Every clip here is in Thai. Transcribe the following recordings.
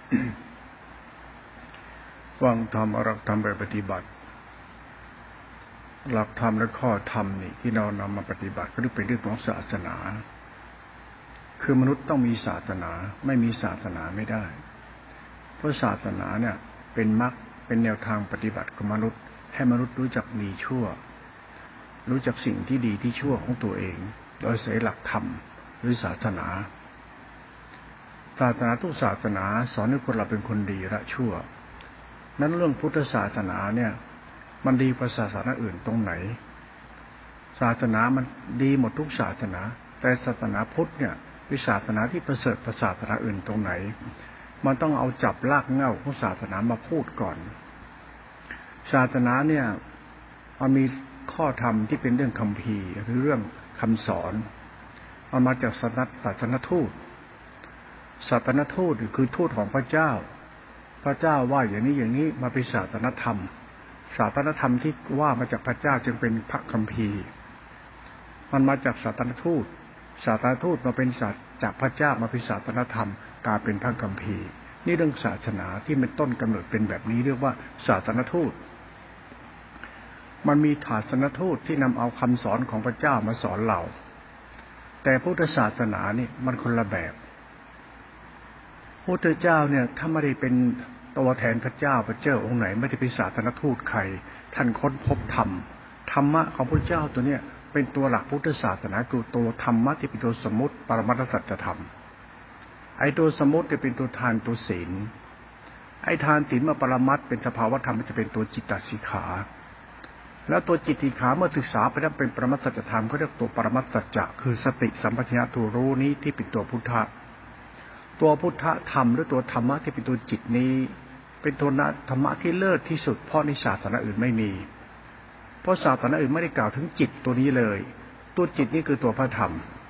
ฟังธรรมหลักธรรมไปปฏิบัติหลักธรรมและข้อธรรมนี่ที่เรานำมาปฏิบัติก็เป็นเรื่องของศาสนาคือมนุษย์ต้องมีศาสนาไม่มีศาสนาไม่ได้เพราะศาสนาเนี่ยเป็นมรรคเป็นแนวทางปฏิบัติของมนุษย์ให้มนุษย์รู้จักดีชั่วรู้จักสิ่งที่ดีที่ชั่วของตัวเองโดยอาศัยหลักธรรมหรือศาสนาทุกศาสนาสอนให้คนเราเป็นคนดีละชั่วนั้นเรื่องพุทธศาสนาเนี่ยมันดีกว่าศาสนาอื่นตรงไหนศาสนามันดีหมดทุกศาสนาแต่ศาสนาพุทธเนี่ยเป็นศาสนาที่ประเสริฐกว่าศาสนาอื่นตรงไหนมันต้องเอาจับรากเหง้าของศาสนามาพูดก่อนศาสนาเนี่ยมันมีข้อธรรมที่เป็นเรื่องคัมภีร์หรือเรื่องคำสอนมันมาจากศาสนทูตคือทูตของพระเจ้าว่าอย่างนี้มาเป็นศาสนธรรมที่ว่ามาจากพระเจ้าจึงเป็นพระคัมภีร์มันมาจากศาสนทูตมาเป็นจากพระเจ้ามาเป็นศาสนธรรมกลายเป็นพระคัมภีร์นี่เรื่องศาสนาที่เป็นต้นกำเนิดเป็นแบบนี้เรียกว่าศาสนทูตมันมีศาสนทูตที่นำเอาคำสอนของพระเจ้ามาสอนเราแต่พุทธศาสนานี่มันคนละแบบพุทธเจ้าเนี่ยถ้าไม่ได้เป็นตัวแทนพระเจ้าองค์ไหนไม่ได้เป็นศาสนทูตใครท่านค้นพบธรรมะของพระเจ้าตัวเนี้ยเป็นตัวหลักพุทธศาสนาคือตัวธรรมะที่เป็นตัวสมมุติปรมัตถสัจธรรมไอ้ตัวสมมุติจะเป็นตัวทานตัวศีลไอ้ทานศีลมาปรมัตถ์เป็นสภาวธรรมมันจะเป็นตัวจิตตสิกขาแล้วตัวจิตติขาเมื่อศึกษาไปแล้วเป็นปรมัตถสัจธรรมเขาเรียกตัวปรมัตถสัจจะคือสติสัมปชัญญะตัวรู้นี้ที่เป็นตัวพุทธะธรรมหรือตัวธรรมะที่เป็นตัวจิตนี้เป็นตัวธรรมะที่เลิศที่สุดเพราะในศาสนาอื่นไม่มีเพราะศาสนาอื่นไม่ได้กล่าวถึงจิตตัวนี้เลยตัวจิตนี่คือตัวพระธรรม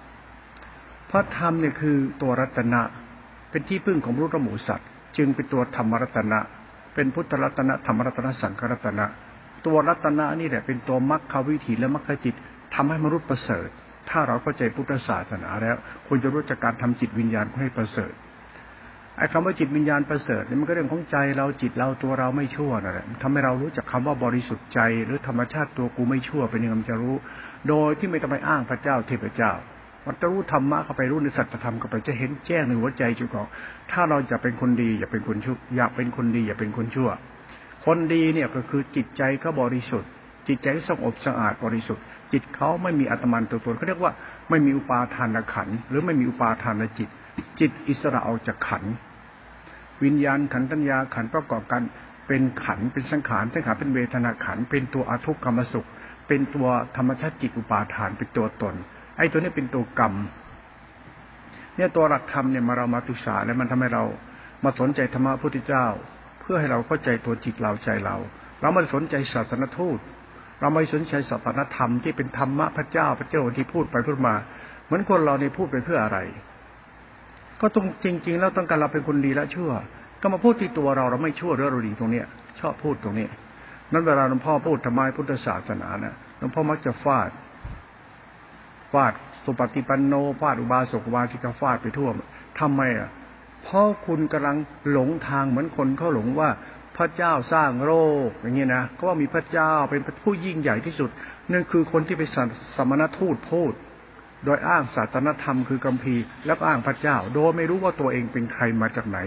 เนี่ยคือตัวรัตนะเป็นที่พึ่งของมนุษย์และหมู่สัตว์จึงเป็นตัวธรรมรัตนะเป็นพุทธรัตนะธรรมรัตนะสังฆรัตนะตัวรัตนะนี่แหละเป็นตัวมรรควิถีและมรรคจิตทำให้มนุษย์ประเสริฐถ้าเราเข้าใจพุทธศาสนาแล้วควรจะรู้จักการทำจิตวิญญาณให้ประเสริฐไอ้คำว่าจิตวิญญาณประเสริฐนี่มันก็เรื่องของใจเราจิตเราตัวเราไม่ชั่วนั่นแหละทำให้เรารู้จักคำว่าบริสุทธิ์ใจหรือธรรมชาติตัวกูไม่ชั่วเป็นยังไงมันจะรู้โดยที่ไม่ต้องไปอ้างพระเจ้าเทพเจ้ามันจะรู้ธรรมะเข้าไปรู้ในสัจธรรมเข้าไปจะเห็นแจ้งในหัวใจจุกถ้าเราจะเป็นคนดีอย่าเป็นคนชั่วอยากเป็นคนดีอย่าเป็นคนชั่วคนดีเนี่ยก็คือจิตใจเขาบริสุทธิ์จิตใจสงบสะอาดบริสุทธิ์จิตเขาไม่มีอัตมันตัวตนเขาเรียกว่าไม่มีอุปาทานขันธ์หรือไม่มีอุปาทานจิตอิสระออกจากขันธ์วิญญาณขันธ์ตัญญาขันธ์ประกอบกันเป็นขันธ์เป็นสังขารเป็นเวทนาขันธ์เป็นตัวอทุกขมสุขเป็นตัวธรรมชาติจิตอุปาทานเป็นตัวตนไอ้ตัวนี้เป็นตัวกรรมเนี่ยตัวหลักธรรมเนี่ยเรามาศึกษาแล้วมันทำให้เรามาสนใจธรรมะพระพุทธเจ้าเพื่อให้เราเข้าใจตัวจิตเราใจเราไม่สนใจศาสนทูตเราไม่สนใจศาสนธรรมที่เป็นธรรมะพระเจ้าที่พูดไปพูดมาเหมือนคนเราเนี่ยพูดไปเพื่ออะไรก็ต้องจริงๆแล้วต้องการเราเป็นคนดีและชั่วก็มาพูดที่ตัวเราไม่ชั่วหรือเราดีตรงเนี้ยชอบพูดตรงนี้นั้นเวลาหลวงพ่อพูดธรรมะพุทธศาสนาเนี่ยหลวงพ่อมักจะฟาดสุปฏิปันโนฟาดอุบาสกอุบาสิกาฟาดไปทั่วทำไมอ่ะเพราะคุณกำลังหลงทางเหมือนคนเขาหลงว่าพระเจ้าสร้างโลกอย่างนี้นะก็ว่ามีพระเจ้าเป็นผู้ยิ่งใหญ่ที่สุดนั่นคือคนที่เป็นสมณทูตพูดโดยอ้างศาสนธรรมคือคัมภีร์แล้วอ้างพระเจ้าโดยไม่รู้ว่าตัวเองเป็นใครมาจากไหน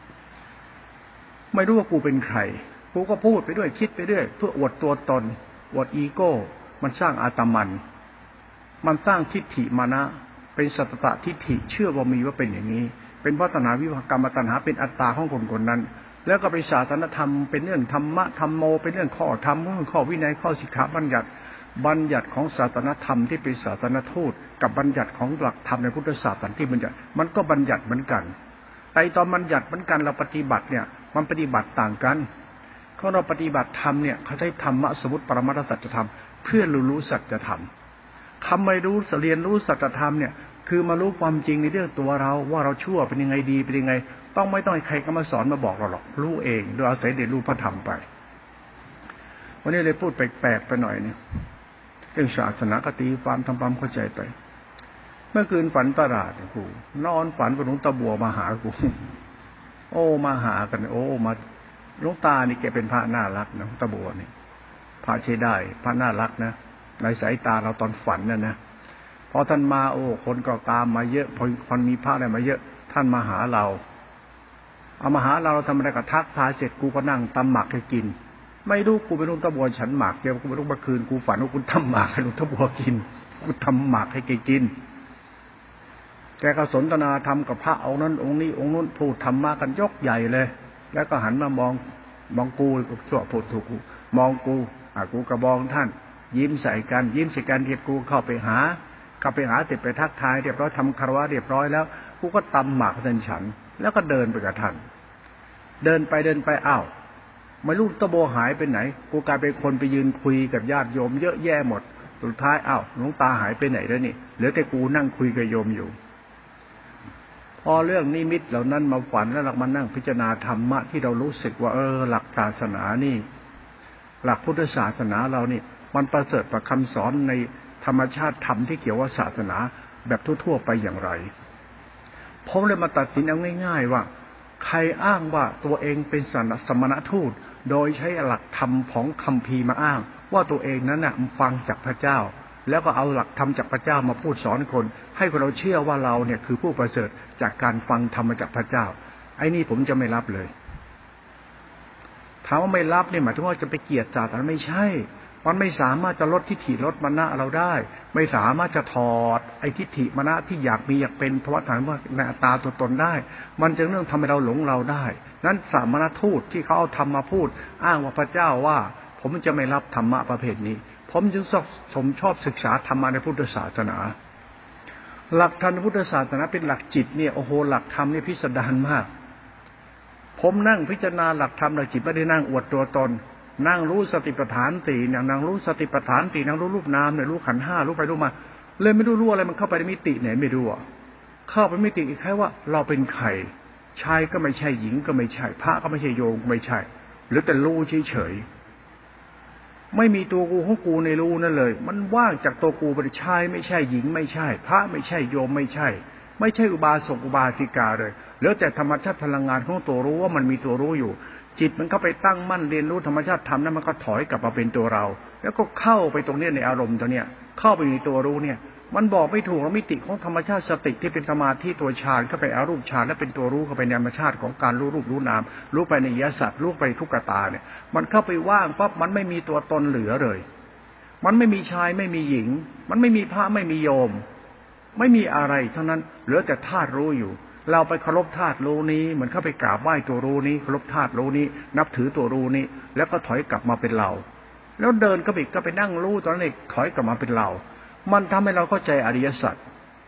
ไม่รู้ว่ากูเป็นใครกูก็พูดไปด้วยคิดไปด้วยเพื่ออวดตัวตนอวดอีโก้มันสร้างอาตมันสร้างทิฏฐิมานะเป็นสัตตะทิฏฐิเชื่อว่ามีว่าเป็นอย่างนี้เป็นเพราะตัณหาวิภกรรมตัณหาเป็นอัตตาของคนนั้นแล้วก็ไปศาสนธรรมเป็นเรื่องธรรมะธรรมโมเป็นเรื่องข้อธรรมข้อวินัยข้อสิกขาบัญญัติของศาสนธรรมที่เป็นศาสนทูตกับบัญญัติของหลักธรรมในพุทธศาสนาที่บัญญัติมันก็บัญญัติเหมือนกันแต่ตอนบัญญัติเหมือนกันเราปฏิบัติเนี่ยมันปฏิบัติต่างกันเขาเราปฏิบัติธรรมเนี่ยเขาใช้ธรรมะสมมุติปรมัตถสัจธรรมเพื่อรู้สัจธรรมคำไม่รู้เรียนรู้สัจธรรมเนี่ยคือมารู้ความจริงในเรื่องตัวเราว่าเราชั่วเป็นยังไงดีเป็นยังไงไม่ต้องให้ใครก็มาสอนมาบอกเราหรอกรู้เองโดยอาศัยเรียนรู้พระธรรมไปวันนี้เลยพูดแปลกๆไปหน่อยนึงเรื่องศาสนาคติความทำความเข้าใจไปเมื่อคืนฝันประหลาดกูนอนฝันว่าหลวงตาบัวมาหากูโอ้มาหากันโอ้มาหลวงตานี่แกเป็นพระน่ารักนะตะบัวนี่พระใช้ได้พระน่ารักนะในสายตาเราตอนฝันนะพอท่านมาโอ้คนก็ตามมาเยอะพอคนมีพระอะไรมาเยอะท่านมาหาเราเอามาหาเราทำอะไรก็ทักทายเสร็จกูก็นั่งตำหมักให้กินไม่รู้กูเป็นลุงตะบัวฉันหมักเดี๋ยวกูไม่รู้เมื่อคืนกูฝันว่ากูทำหมักให้ลุงตะบัวกินกูทำหมักให้แกกินแกก็สนทนาธรรมกับพระองค์นั้นองค์นี้องค์นู้นพูดธรรมะกันยกใหญ่เลยแล้วก็หันมามองกูชั่วพูดถูกกูมองกูกูกระบองท่านยิ้มใส่กันเรียบกูเข้าไปหาติดไปทักทายเรียบร้อยทำคารวะเรียบร้อยแล้วกูก็ตำหมากท่านฉันแล้วก็เดินไปกับท่านเดินไปอ้าวไม่รู้ตะโบหายไปไหนกูกลายเป็นคนไปยืนคุยกับญาติโยมเยอะแยะหมดสุดท้ายอ้าวหลวงตาหายไปไหนแล้วนี่เหลือแต่กูนั่งคุยกับโยมอยู่พอเรื่องนิมิตเหล่านั้นมาฝันแล้วเรามานั่งพิจารณาธรรมะที่เรารู้สึกว่าหลักศาสนานี่หลักพุทธศาสนาเรานี่มันประเสริฐกว่าคำสอนในธรรมชาติธรรมที่เกี่ยวกับศาสนาแบบทั่วๆไปอย่างไรผมเลยมาตัดสินเอาง่ายๆว่าใครอ้างว่าตัวเองเป็นสมณทูตโดยใช้หลักธรรมของคัมภีร์มาอ้างว่าตัวเองนั้นน่ะฟังจากพระเจ้าแล้วก็เอาหลักธรรมจากพระเจ้ามาพูดสอนคนให้คนเราเชื่อว่าเราเนี่ยคือผู้ประเสริฐจากการฟังธรรมจากพระเจ้าไอ้นี่ผมจะไม่รับเลยถามว่าไม่รับเนี่ยหมายถึงว่าจะไปเกลียดศาสนาไม่ใช่มันไม่สามารถจะลดทิฏฐิลดมานะเราได้ไม่สามารถจะถอดไอ้ทิฏฐิมานะที่อยากมีอยากเป็นเพราะว่าถามว่าในอัตตาตัวตนได้มันจะเรื่องทำให้เราหลงเราได้นั้นสามณทูตที่เขาเอาธรรมมาพูดอ้างว่าพระเจ้าว่าผมจะไม่รับธรรมะประเภทนี้ผมจึงชอบศึกษาธรรมะในพุทธศาสนาหลักธรรมในพุทธศาสนาเป็นหลักจิตเนี่ยโอ้โหหลักธรรมนี่พิสดารมากผมนั่งพิจารณาหลักธรรมหลักจิตไม่ได้นั่งอวดตัวตนนั่งรู้สติปัฏฐานสี่เนี่ยนั่งรู้สติปัฏฐานสี่นั่งรู้รูปนามเนี่ยรู้ขันธ์ห้ารู้ไปรู้มาเลยไม่รู้อะไรมันเข้าไปในมิติไหนไม่รู้เข้าไปมิติอีกแค่ว่าเราเป็นใครชายก็ไม่ใช่หญิงก็ไม่ใช่พระก็ไม่ใช่โยมก็ไม่ใช่หรือแต่รู้เฉยๆไม่มีตัวกูของกูในรู้นั่นเลยมันว่างจากตัวกูเป็นชายไม่ใช่หญิงไม่ใช่พระไม่ใช่โยมไม่ใช่อุบาสกอุบาสิกาเลยแล้วแต่ธรรมชาติพลังงานของตัวรู้ว่ามันมีตัวรู้อยู่จิตมันเข้าไปตั้งมั่นเรียนรู้ธรรมชาติธรรมนั้นมันก็ถอยกลับมาเป็นตัวเราแล้วก็เข้าไปตรงนี้ในอารมณ์ตัวเนี้ยเข้าไปในตัวรู้เนี่ยมันบอกไม่ถูกมิติของธรรมชาติสติที่เป็นสมาธิตัวฌานเข้าไปอารูปฌานและเป็นตัวรู้เข้าไปในธรรมชาติของการรู้รูปรู้นามรู้ไปในอิริยาบถรู้ไปทุกขตาเนี่ยมันเข้าไปว่างปั๊บมันไม่มีตัวตนเหลือเลยมันไม่มีชายไม่มีหญิงมันไม่มีพระไม่มีโยมไม่มีอะไรเท่านั้นเหลือแต่ธาตุรู้อยู่เราไปเคารพธาตุรู้นี้เหมือนเข้าไปกราบไหว้ตัวรู้นี้เคารพธาตุรู้นี้นับถือตัวรู้นี้แล้วก็ถอยกลับมาเป็นเราแล้วเดินก็ไปนั่งรู้ตอนนั้นถอยกลับมาเป็นเรามันทำให้เราเข้าใจอริยสัจ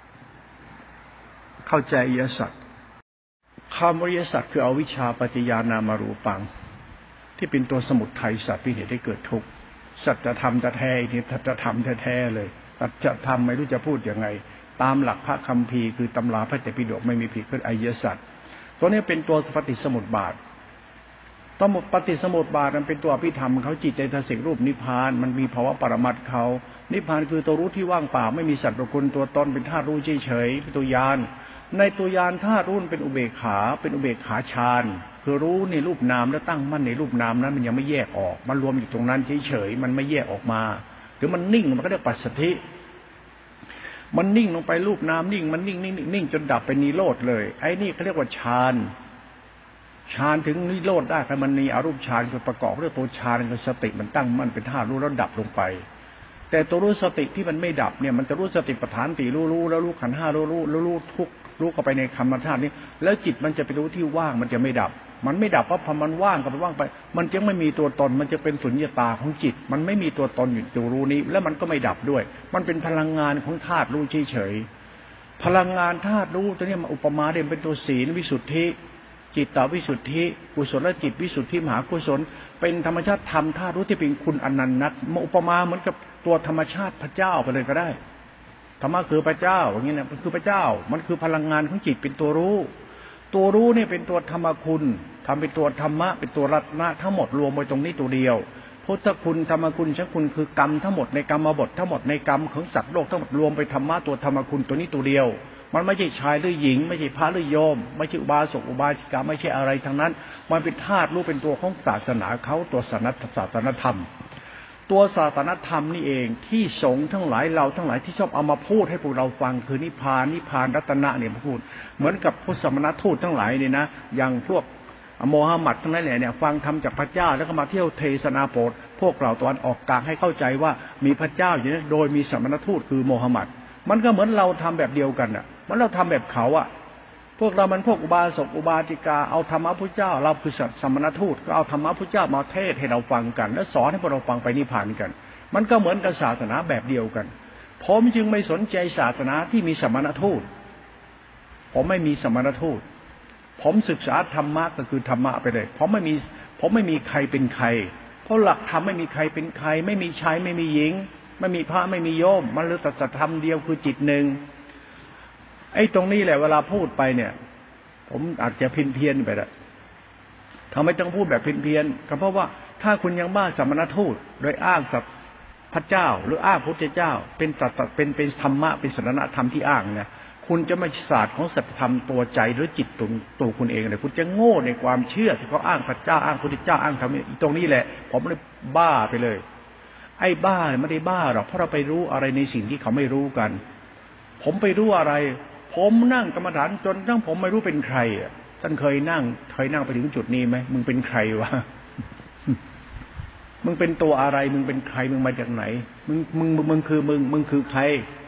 เข้าใจอริยสัจคำอริยสัจคืออวิชชาปัจจยานามารูปังที่เป็นตัวสมุทัยสัจที่เหตุให้เกิดทุกข์สัจธรรมแท้ๆนี่สัจธรรมแท้ๆเลยสัจธรรมไม่รู้จะพูดยังไงตามหลักพระคัมภีร์คือตำราพระไตรปิฎกไม่มีผิดคืออริยสัจตัวนี้เป็นตัวปฏิสมุฏฐาทปฏิสมุฏฐาทมันเป็นตัวอภิธรรมเขาจิตใจสิกรูปนิพพานมันมีภาวะปรมัตถ์เขานิพพานคือตัวรู้ที่ว่างเปล่าไม่มีสัตว์บุคคลตัวตนเป็นธาตุรู้เฉยๆเป็นตัวยานในตัวยานธาตุรู้เป็นอุเบกขาฌานคือรู้ในรูปนามแล้วตั้งมั่นในรูปนามนั้นมันยังไม่แยกออกมันรวมอยู่ตรงนั้นเฉยๆมันไม่แยกออกมาหรือมันนิ่งมันก็เรียกปัสสัทธิมันนิ่งลงไปรูปนามนิ่งมันนิ่งจนดับเป็นนิโรธเลยไอ้นี่เขาเรียกว่าฌานถึงนิโรธได้คือมันมีอรูปฌานคือประกอบด้วยตัวฌานคือสติมันตั้งมั่นเป็นธาตุรู้แล้วดับลงไปแต่ตัวรู้สติที่มันไม่ดับเนี่ยมันจะรู้สติปัฏฐานสี่รู้แล้วรู้ขันธ์ห้ารู้ทุกรู้เข้าไปในธรรมชาตินี้แล้วจิตมันจะไปรู้ที่ว่างมันจะไม่ดับมันไม่ดับเพราะพอมันว่างก็ไปว่างไปมันจึงไม่มีตัวตนมันจะเป็นสุญญตาของจิตมันไม่มีตัวตนอยู่ตัวรู้นี้แล้วมันก็ไม่ดับด้วยมันเป็นพลังงานของธาตุรู้เฉยๆพลังงานธาตุรู้ตัวนี้มาอุปมาเด่นเป็นตัวศีลวิสุทธิจิตตวิสุทธิกุศลจิตวิสุทธิมหากุศลเป็นธรรมชาติธรรมธาตุรู้ที่เป็นคุณอนันต์นักมาอุปมาเหมือนกับตัวธรรมชาติพระเจ้าไปเลยก็ได้ธรรมะคือพระเจ้าอย่างนี้นะมันคือพระเจ้ามันคือพลังงานของจิตเป็นตัวรู้เนี่ยเป็นตัวธรรมคุณทำเป็นตัวธรรมะเป็นตัวรัตนะทั้งหมดรวมไว้ตรงนี้ตัวเดียวพุทธคุณธรรมคุณชักคุณคือกรรมทั้งหมดในกรรมบททั้งหมดในกรรมของสัตว์โลกทั้งหมดรวมไปธรรมะตัวธรรมคุณตัวนี้ตัวเดียวมันไม่ใช่ชายหรือหญิงไม่ใช่พระหรือโยมไม่ใช่อุบาสกอุบาสิกาไม่ใช่อะไรทั้งนั้นมันเป็นธาตุรู้เป็นตัวของศาสนาเขาตัวศาสนธรรมตัวศาสนธรรมนี่เองที่สงฆ์ทั้งหลายเราทั้งหลายที่ชอบเอามาพูดให้พวกเราฟังคือนิพพานรัตนะเนี่ยพูดเหมือนกับพุทธสมณทูตทั้งหลายเนี่ยนะอย่างพวกโมฮัมหมัดทั้งนั้นแหละเนี่ยฟังธรรมจากพระเจ้าแล้วก็มาเที่ยวเทศนาโปรดพวกเราตะวันออกกลางให้เข้าใจว่ามีพระเจ้าอยู่นะโดยมีสมณทูตคือโมฮัมหมัดมันก็เหมือนเราทำแบบเดียวกันอ่ะมันเราทำแบบเขาอ่ะพวกเรามันพวกอุบาสกอุบาสิกาเอาธรรมะพุทธเจ้าเราคือสมณทูตก็เอาธรรมะพุทธเจ้ามาเทศให้เราฟังกันและสอนให้พวกเราฟังไปนิพพานกันมันก็เหมือนกับศาสนาแบบเดียวกันผมจึงไม่สนใจศาสนาที่มีสมณทูตผมไม่มีสมณทูตผมศึกษาธรรมะก็คือธรรมะไปเลยผมไม่มีใครเป็นใครเพราะหลักธรรมไม่มีใครเป็นใครไม่มีชายไม่มีหญิงไม่มีพระไม่มีโยมมันเหลือแต่สัจธรรมเดียวคือจิตหนึ่งไอ้ตรงนี้แหละเวลาพูดไปเนี่ยผมอาจจะเพี้ยนไปละทำไมต้องพูดแบบเพี้ยนก็เพราะว่าถ้าคุณยังบ้าสมณทูตโดยอ้างกับพระเจ้าหรืออ้างพระพุทธเจ้าเป็นธรรมะเป็นศาสนธรรมที่อ้างเนี่ยคุณจะไม่ศาสตร์ของสัจธรรมตัวใจหรือจิตตัวคุณเองเลยคุณจะโง่ในความเชื่อที่เขาอ้างพระเจ้าอ้างพระพุทธเจ้าอ้างธรรมตรงนี้แหละผมเลยบ้าไปเลยไอ้บ้าไม่ได้บ้าหรอกเพราะเราไปรู้อะไรในสิ่งที่เขาไม่รู้กันผมไปรู้อะไรผมนั่งกรรมฐานจนทั้งผมไม่รู้เป็นใครอ่ะท่านเคยนั่งไปถึงจุดนี้ไหมมึงเป็นใครวะ มึงเป็นตัวอะไรมึงเป็นใครมึงมาจากไหนมึงคือใคร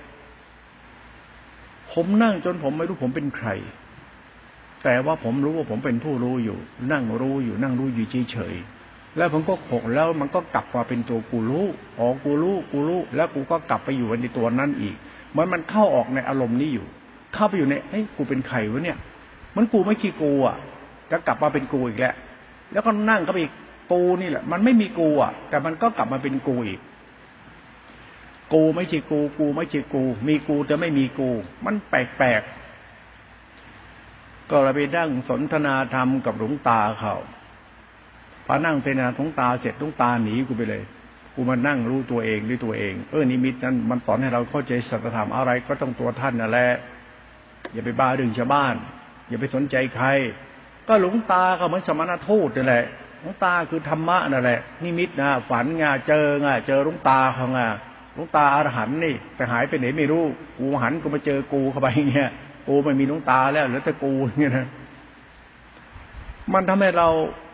ผมนั่งจนผมไม่รู้ผมเป็นใครแต่ว่าผมรู้ว่าผมเป็นผู้รู้อยู่นั่งรู้อยู่เฉยๆแล้วผมก็โผล่แล้วมันก็กลับมาเป็นตัวกูรู้อ๋อกูรู้แล้วกูก็กลับไปอยู่ในตัวนั้นอีกมันเข้าออกในอารมณ์นี้อยู่เข้าไปอยู่ในกูเป็นใครวะเนี่ยมันกูไม่ขี้กูอ่ะก็กลับมาเป็นกูอีกแล้วก็นั่งก็ไปอีกกูนี่แหละมันไม่มีกูอ่ะแต่มันก็กลับมาเป็นกูอีกกูไม่ใช่กูไม่ใช่กูมีกูแต่ไม่มีกูมันแปลกก็เราไปนั่งสนทนาธรรมกับหลวงตาเขาพอนั่งสนทนาหลวงตาเสร็จหลวงตาหนีกูไปเลยกูมานั่งรู้ตัวเองด้วยตัวเองนิมิตนั้นมันสอนให้เราเข้าใจสัจธรรมอะไรก็ต้องตัวท่านนั่นแหละอย่าไปบ้าเรื่องชาวบ้านอย่าไปสนใจใครก็หลวงตาก็เหมือนสมณทูตนั่นแหละหลวงตาคือธรรมะนั่นแหละนิมิตนะฝันเจอหลวงตาเขาหลวงตาอรหันต์นี่แต่หายไปไหนไม่รู้กูหันกูมาเจอกูเข้าไปเงี้ยกูไม่มีหลวงตาแล้วเหลือแต่กูเงี้ยนะมันทำให้เรา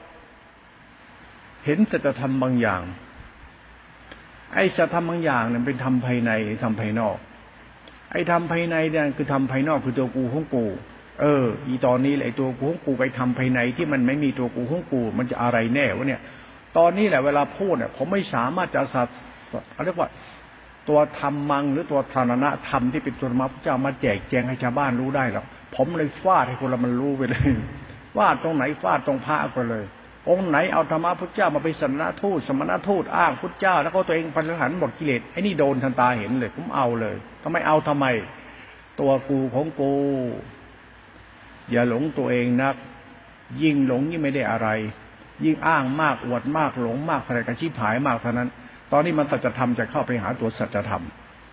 เห็นสัจธรรมบางอย่างไอ้สัจธรรมบางอย่างเนี่ยเป็นธรรมภายในธรรมภายนอกไอ้ธรรมภายในเนี่ยคือธรรมภายนอกคือตัวกูของกูอีตอนนี้แหละไอ้ตัวกูของกูไปทำภายในที่มันไม่มีตัวกูของกูมันจะอะไรแน่วะเนี่ยตอนนี้แหละเวลาพูดเนี่ยผมไม่สามารถจะเรียกว่าตัวธรรมังหรือตัวธารณะธรรมที่เป็นตัวธรรมะพระเจ้ามาแจกแจงให้ชาวบ้านรู้ได้หรอกผมเลยฟาดให้คนละมันรู้ไปเลยฟาดตรงไหนฟาดตรงพระก็เลยองค์ไหนเอาธรรมะพระเจ้ามาเป็นสมณทูตอ้างพุทธเจ้าแล้วก็ตัวเองพันธหันหมดกิเลสไอ้นี่โดนทันตาเห็นเลยผมเอาเลยทำไมตัวกูของกูอย่าหลงตัวเองนักยิ่งหลงยิ่งไม่ได้อะไรยิ่งอ้างมากอวดมากหลงมากอะไรกันชิบหายมากเท่านั้นตอนนี้มันสัจธรรมจะเข้าไปหาตัวสัจธรรม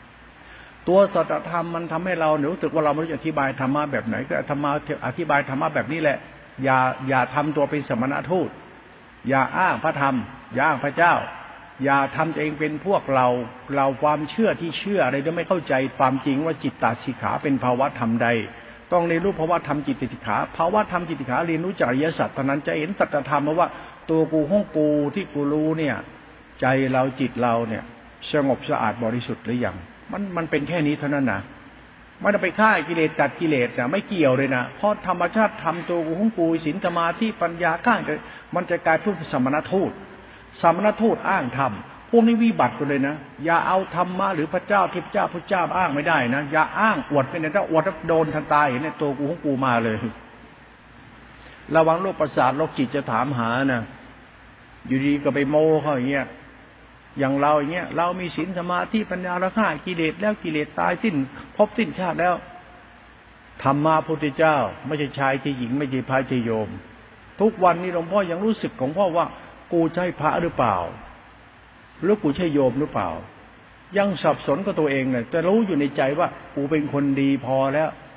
มันทำให้เรารู้สึกว่าเราไม่รู้จะอธิบายธรรมะแบบไหนก็อธิบายธรรมะแบบนี้แหละอย่าทำตัวเป็นสมณทูตอย่าอ้างพระธรรมอย่าอ้างพระเจ้าอย่าทำตัวเองเป็นพวกเราความเชื่อที่เชื่ออะไรโดยไม่เข้าใจความจริงว่าจิตตสิกขาเป็นภาวะธรรมใดต้องเรียนรู้ภาวะธรรมจิตติขาภาวะธรรมจิตติขาเรียนรู้จากอริยสัจเท่านั้นจะเห็นสัจธรรมว่าตัวกูของกูที่กูรู้เนี่ยใจเราจิตเราเนี่ยสงบสะอาดบริสุทธิ์หรือยังมันเป็นแค่นี้เท่านั้นนะไม่ต้องไปฆ่ากิเลสตัดกิเลสนะไม่เกี่ยวเลยนะเพราะธรรมชาติธรรมตัวกูของกูศีลสมาธิปัญญาข้างมันจะกลายเป็นสมณทูตอ้างธรรมพวกนี้วิบัติกันเลยนะอย่าเอาธรรมะหรือพระเจ้าที่พระเจ้าอ้างไม่ได้นะอย่าอ้างอวดเป็นถ้าอวดโดนทันตาเห็นในตัวกูของกูมาเลยระวังโรคประสาทโรคจิตจะถามหานะอยู่ดีก็ไปโม้เขาอย่างเงี้ยอย่างเราอย่างเงี้ยเรามีศีลสมาธิปัญญาเราฆ่ากิเลสแล้วกิเลสตายสิ้นภพสิ้นชาติแล้วธรรมะพุทธเจ้าไม่ใช่ชายที่หญิงไม่ใช่พระใช่โยมทุกวันนี้หลวงพ่อยังรู้สึกของพ่อว่ากูใช่พระหรือเปล่าหรือกูใช่โยมหรือเปล่ายังสับสนกับตัวเองเลยแต่รู้อยู่ในใจว่ากูเป็นคนดีพอแล้ว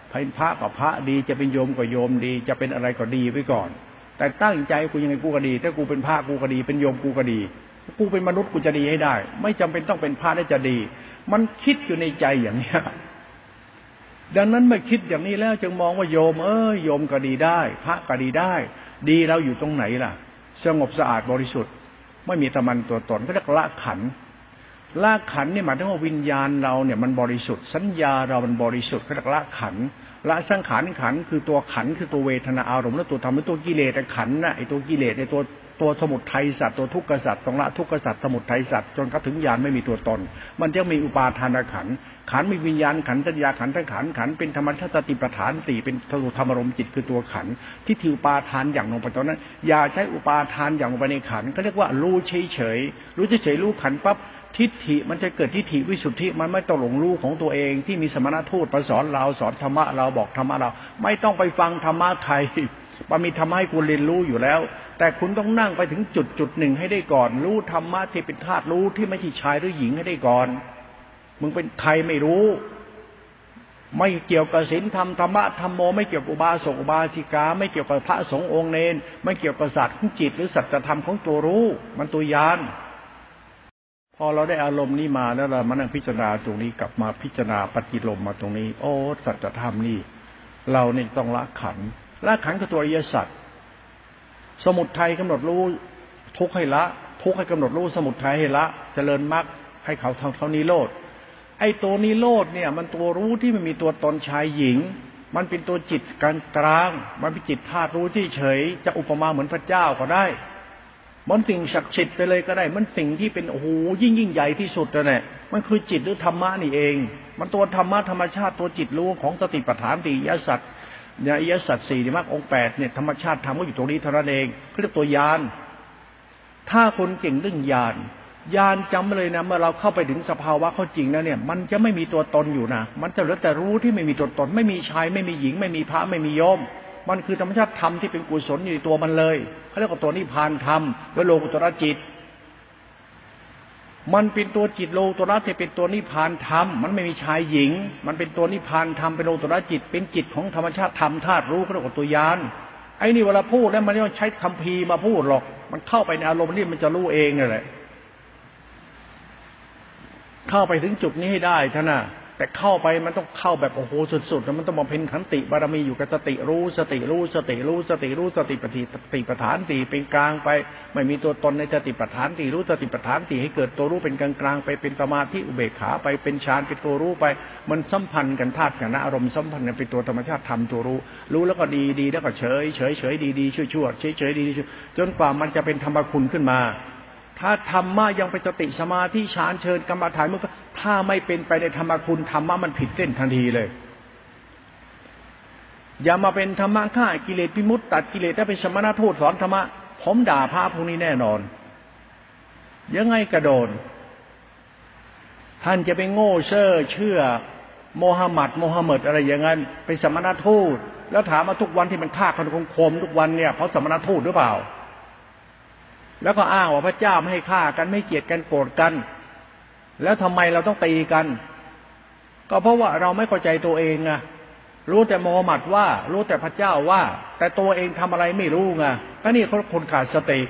เป็นพระก็พระดีจะเป็นโยมก็โยมดีจะเป็นอะไรก็ดีไว้ก่อนแต่ตั้งใจกูยังไงกูก็ดีถ้ากูเป็นพระกูก็ดีเป็นโยมกูก็ดีกูเป็นมนุษย์กูจะดีให้ได้ไม่จำเป็นต้องเป็นพระได้จะดีมันคิดอยู่ในใจอย่างนี้ดังนั้นเมื่อคิดอย่างนี้แล้วจึงมองว่าโยมโยมก็ดีได้พระก็ดีได้ดีเราอยู่ตรงไหนล่ะสงบสะอาดบริสุทธิ์ไม่มีตะมันตัวตนก็เรียกละขันละขันนี่หมายถึงว่าวิญญาณเราเนี่ยมันบริสุทธิ์สัญญาเรามันบริสุทธิ์ก็เรียกละขันละสังขารขันคือตัวขันคือตัวเวทนาอารมณ์และตัวธรรมและตัวกิเลสขันน่ะไอ้ตัวกิเลสไอ้ตัวสมุทัยสัตว์ตัวทุกขสัตว์ต้องละทุกขสัตว์สมุทัยสัตว์จนกระทั่งญาณไม่มีตัวตนมันจะมีอุปาทานขันขันมีวิญญาณขันสัญญาขันทั้งขันเป็นธรรมชาติสติปัฏฐานสี่เป็นธรรมารมณ์จิตคือตัวขันที่ถืออุปาทานอย่างลงไปตอนนั้นอย่าใช้อุปาทานอย่างลงไปในขันก็เรียกว่ารู้เฉยรู้เฉยรู้ขันปั๊บทิฏฐิมันจะเกิดทิฏฐิวิสุทธิมันไม่ต้องหลงรู้ของตัวเองที่มีสมณทูตมาสอนเราสอนธรรมะเราบอกธรรมะเราไม่ต้องไปฟังธรรมะใครมันมีธรรมะให้คุณเรียนรู้อยู่แล้วแต่คุณต้องนั่งไปถึงจุดหนึ่งให้ได้ก่อนรู้ธรรมะที่เป็นธาตุรู้ที่ไม่ใช่ชายหรือหญิงให้ได้ก่อนมึงเป็นใครไม่รู้ไม่เกี่ยวกับศีลธรรมธรรมะธรรมโมไม่เกี่ยวกับอุบาสกอุบาสิกาไม่เกี่ยวกับพระสงฆ์องค์เนรไม่เกี่ยวกับศาสตร์ของจิตหรือสัจธรรมของตัวรู้มันตัวยานพอเราได้อารมณ์นี้มาแล้วเรามานั่งพิจารณาตรงนี้กลับมาพิจารณาปฏิโลมมาตรงนี้โอ้สัจธรรมนี่เราเนี่ยต้องละขันคือตัวอริยสัจสมุทัยกำหนดรู้ทุกข์ให้ละทุกข์ให้กำหนดรู้สมุทัยให้ละเจริญมรรคให้เขาเท่านิโรธไอ้ตัวนิโรธเนี่ยมันตัวรู้ที่ไม่มีตัวตนชายหญิงมันเป็นตัวจิตกลางมันเป็นจิตธาตุรู้ที่เฉยจะอุปมาเหมือนพระเจ้าก็ได้มันสิ่งศักดิ์สิทธิ์ไปเลยก็ได้มันสิ่งที่เป็นโอ้โหยิ่งใหญ่ที่สุดนั่นแหละมันคือจิตหรือธรรมะนี่เองมันตัวธรรมะธรรมชาติตัวจิตรู้ของสติปัฏฐานสี่อริยสัจอริยสัจสี่มรรคองค์8เนี่ยธรรมชาติธรรมก็อยู่ตรงนี้เท่านั้นเองเขาเรียกตัวยานถ้าคนเก่งเรื่องญาณจำไว้เลยนะเมื่อเราเข้าไปถึงสภาวะเขาจริงแล้วเนี่ยมันจะไม่มีตัวตนอยู่นะมันจะเหลือแต่รู้ที่ไม่มีตัวตนไม่มีชายไม่มีหญิงไม่มีพระไม่มีโยมมันคือธรรมชาติธรรมที่เป็นกุศลอยู่ในตัวมันเลยเขาเรียกว่าตัวนิพพานธรรมหรือโลกุตตรจิตมันเป็นตัวจิตโลกุตตรที่เป็นตัวนิพพานธรรมมันไม่มีชายหญิงมันเป็นตัวนิพพานธรรมเป็นโลกุตตรจิตเป็นจิตของธรรมชาติธรรมธาตุรู้เขาเรียกว่าตัวยานไอ้นี่เวลาพูดแล้วมันไม่ต้องใช้คัมภีร์มาพูดหรอกมันเข้าไปในอารมณ์นี่มันจะรู้เองนั่นแหละเข้าไปถึงจุดนี้ให้ได้ท่านะแต่เข้าไปมันต้องเข้าแบบโอ้โหสุดๆแล้วมันต้องมาเพ่งขันติบารมีอยู่กับสติรู้สติปัฏฐานสี่เป็นกลางไปไม่มีตัวตนในสติปัฏฐานสี่รู้สติปัฏฐานสี่ให้เกิดตัวรู้เป็นกลางๆไปเป็นสมาธิอุเบกขาไปเป็นฌานเป็นตัวรู้ไปมันสัมพันธ์กันธาตุกันนะอารมณ์สัมพันธ์กันเป็นตัวธรรมชาติธรรมตัวรู้แล้วก็ดีแล้วก็เฉยดีชั่วเฉยดีจนกว่ามันจะเป็นธรรมคุณขึ้นมาถ้าธรรมะยังเป็นสติสมาธิฌานเชิญกรรมฐานมันก็ถ้าไม่เป็นไปในธรรมคุณธรรมะมันผิดเส้นทันทีเลยอย่ามาเป็นธรรมะฆ่ากิเลสวิมุตติตัดกิเลสถ้าเป็นสมณทูตสอนธรรมะผมด่าพระพวกนี้แน่นอนยังไงกระโดนท่านจะไปโง่เชื่อโมฮัมหมัดอะไรอย่างนั้นเป็นสมณทูตแล้วถามมาทุกวันที่มันฆ่าคนคมทุกวันเนี่ยเพราะสมณทูตหรือเปล่าแล้วก็อ้างว่าพระเจ้าไม่ให้ฆ่ากันไม่เกลียดกันโกรธกันแล้วทำไมเราต้องตีกันก็เพราะว่าเราไม่เข้าใจตัวเองไงรู้แต่โมฮัมหมัดว่ารู้แต่พระเจ้าว่าแต่ตัวเองทำอะไรไม่รู้ไงก็นี่คนขาดสติ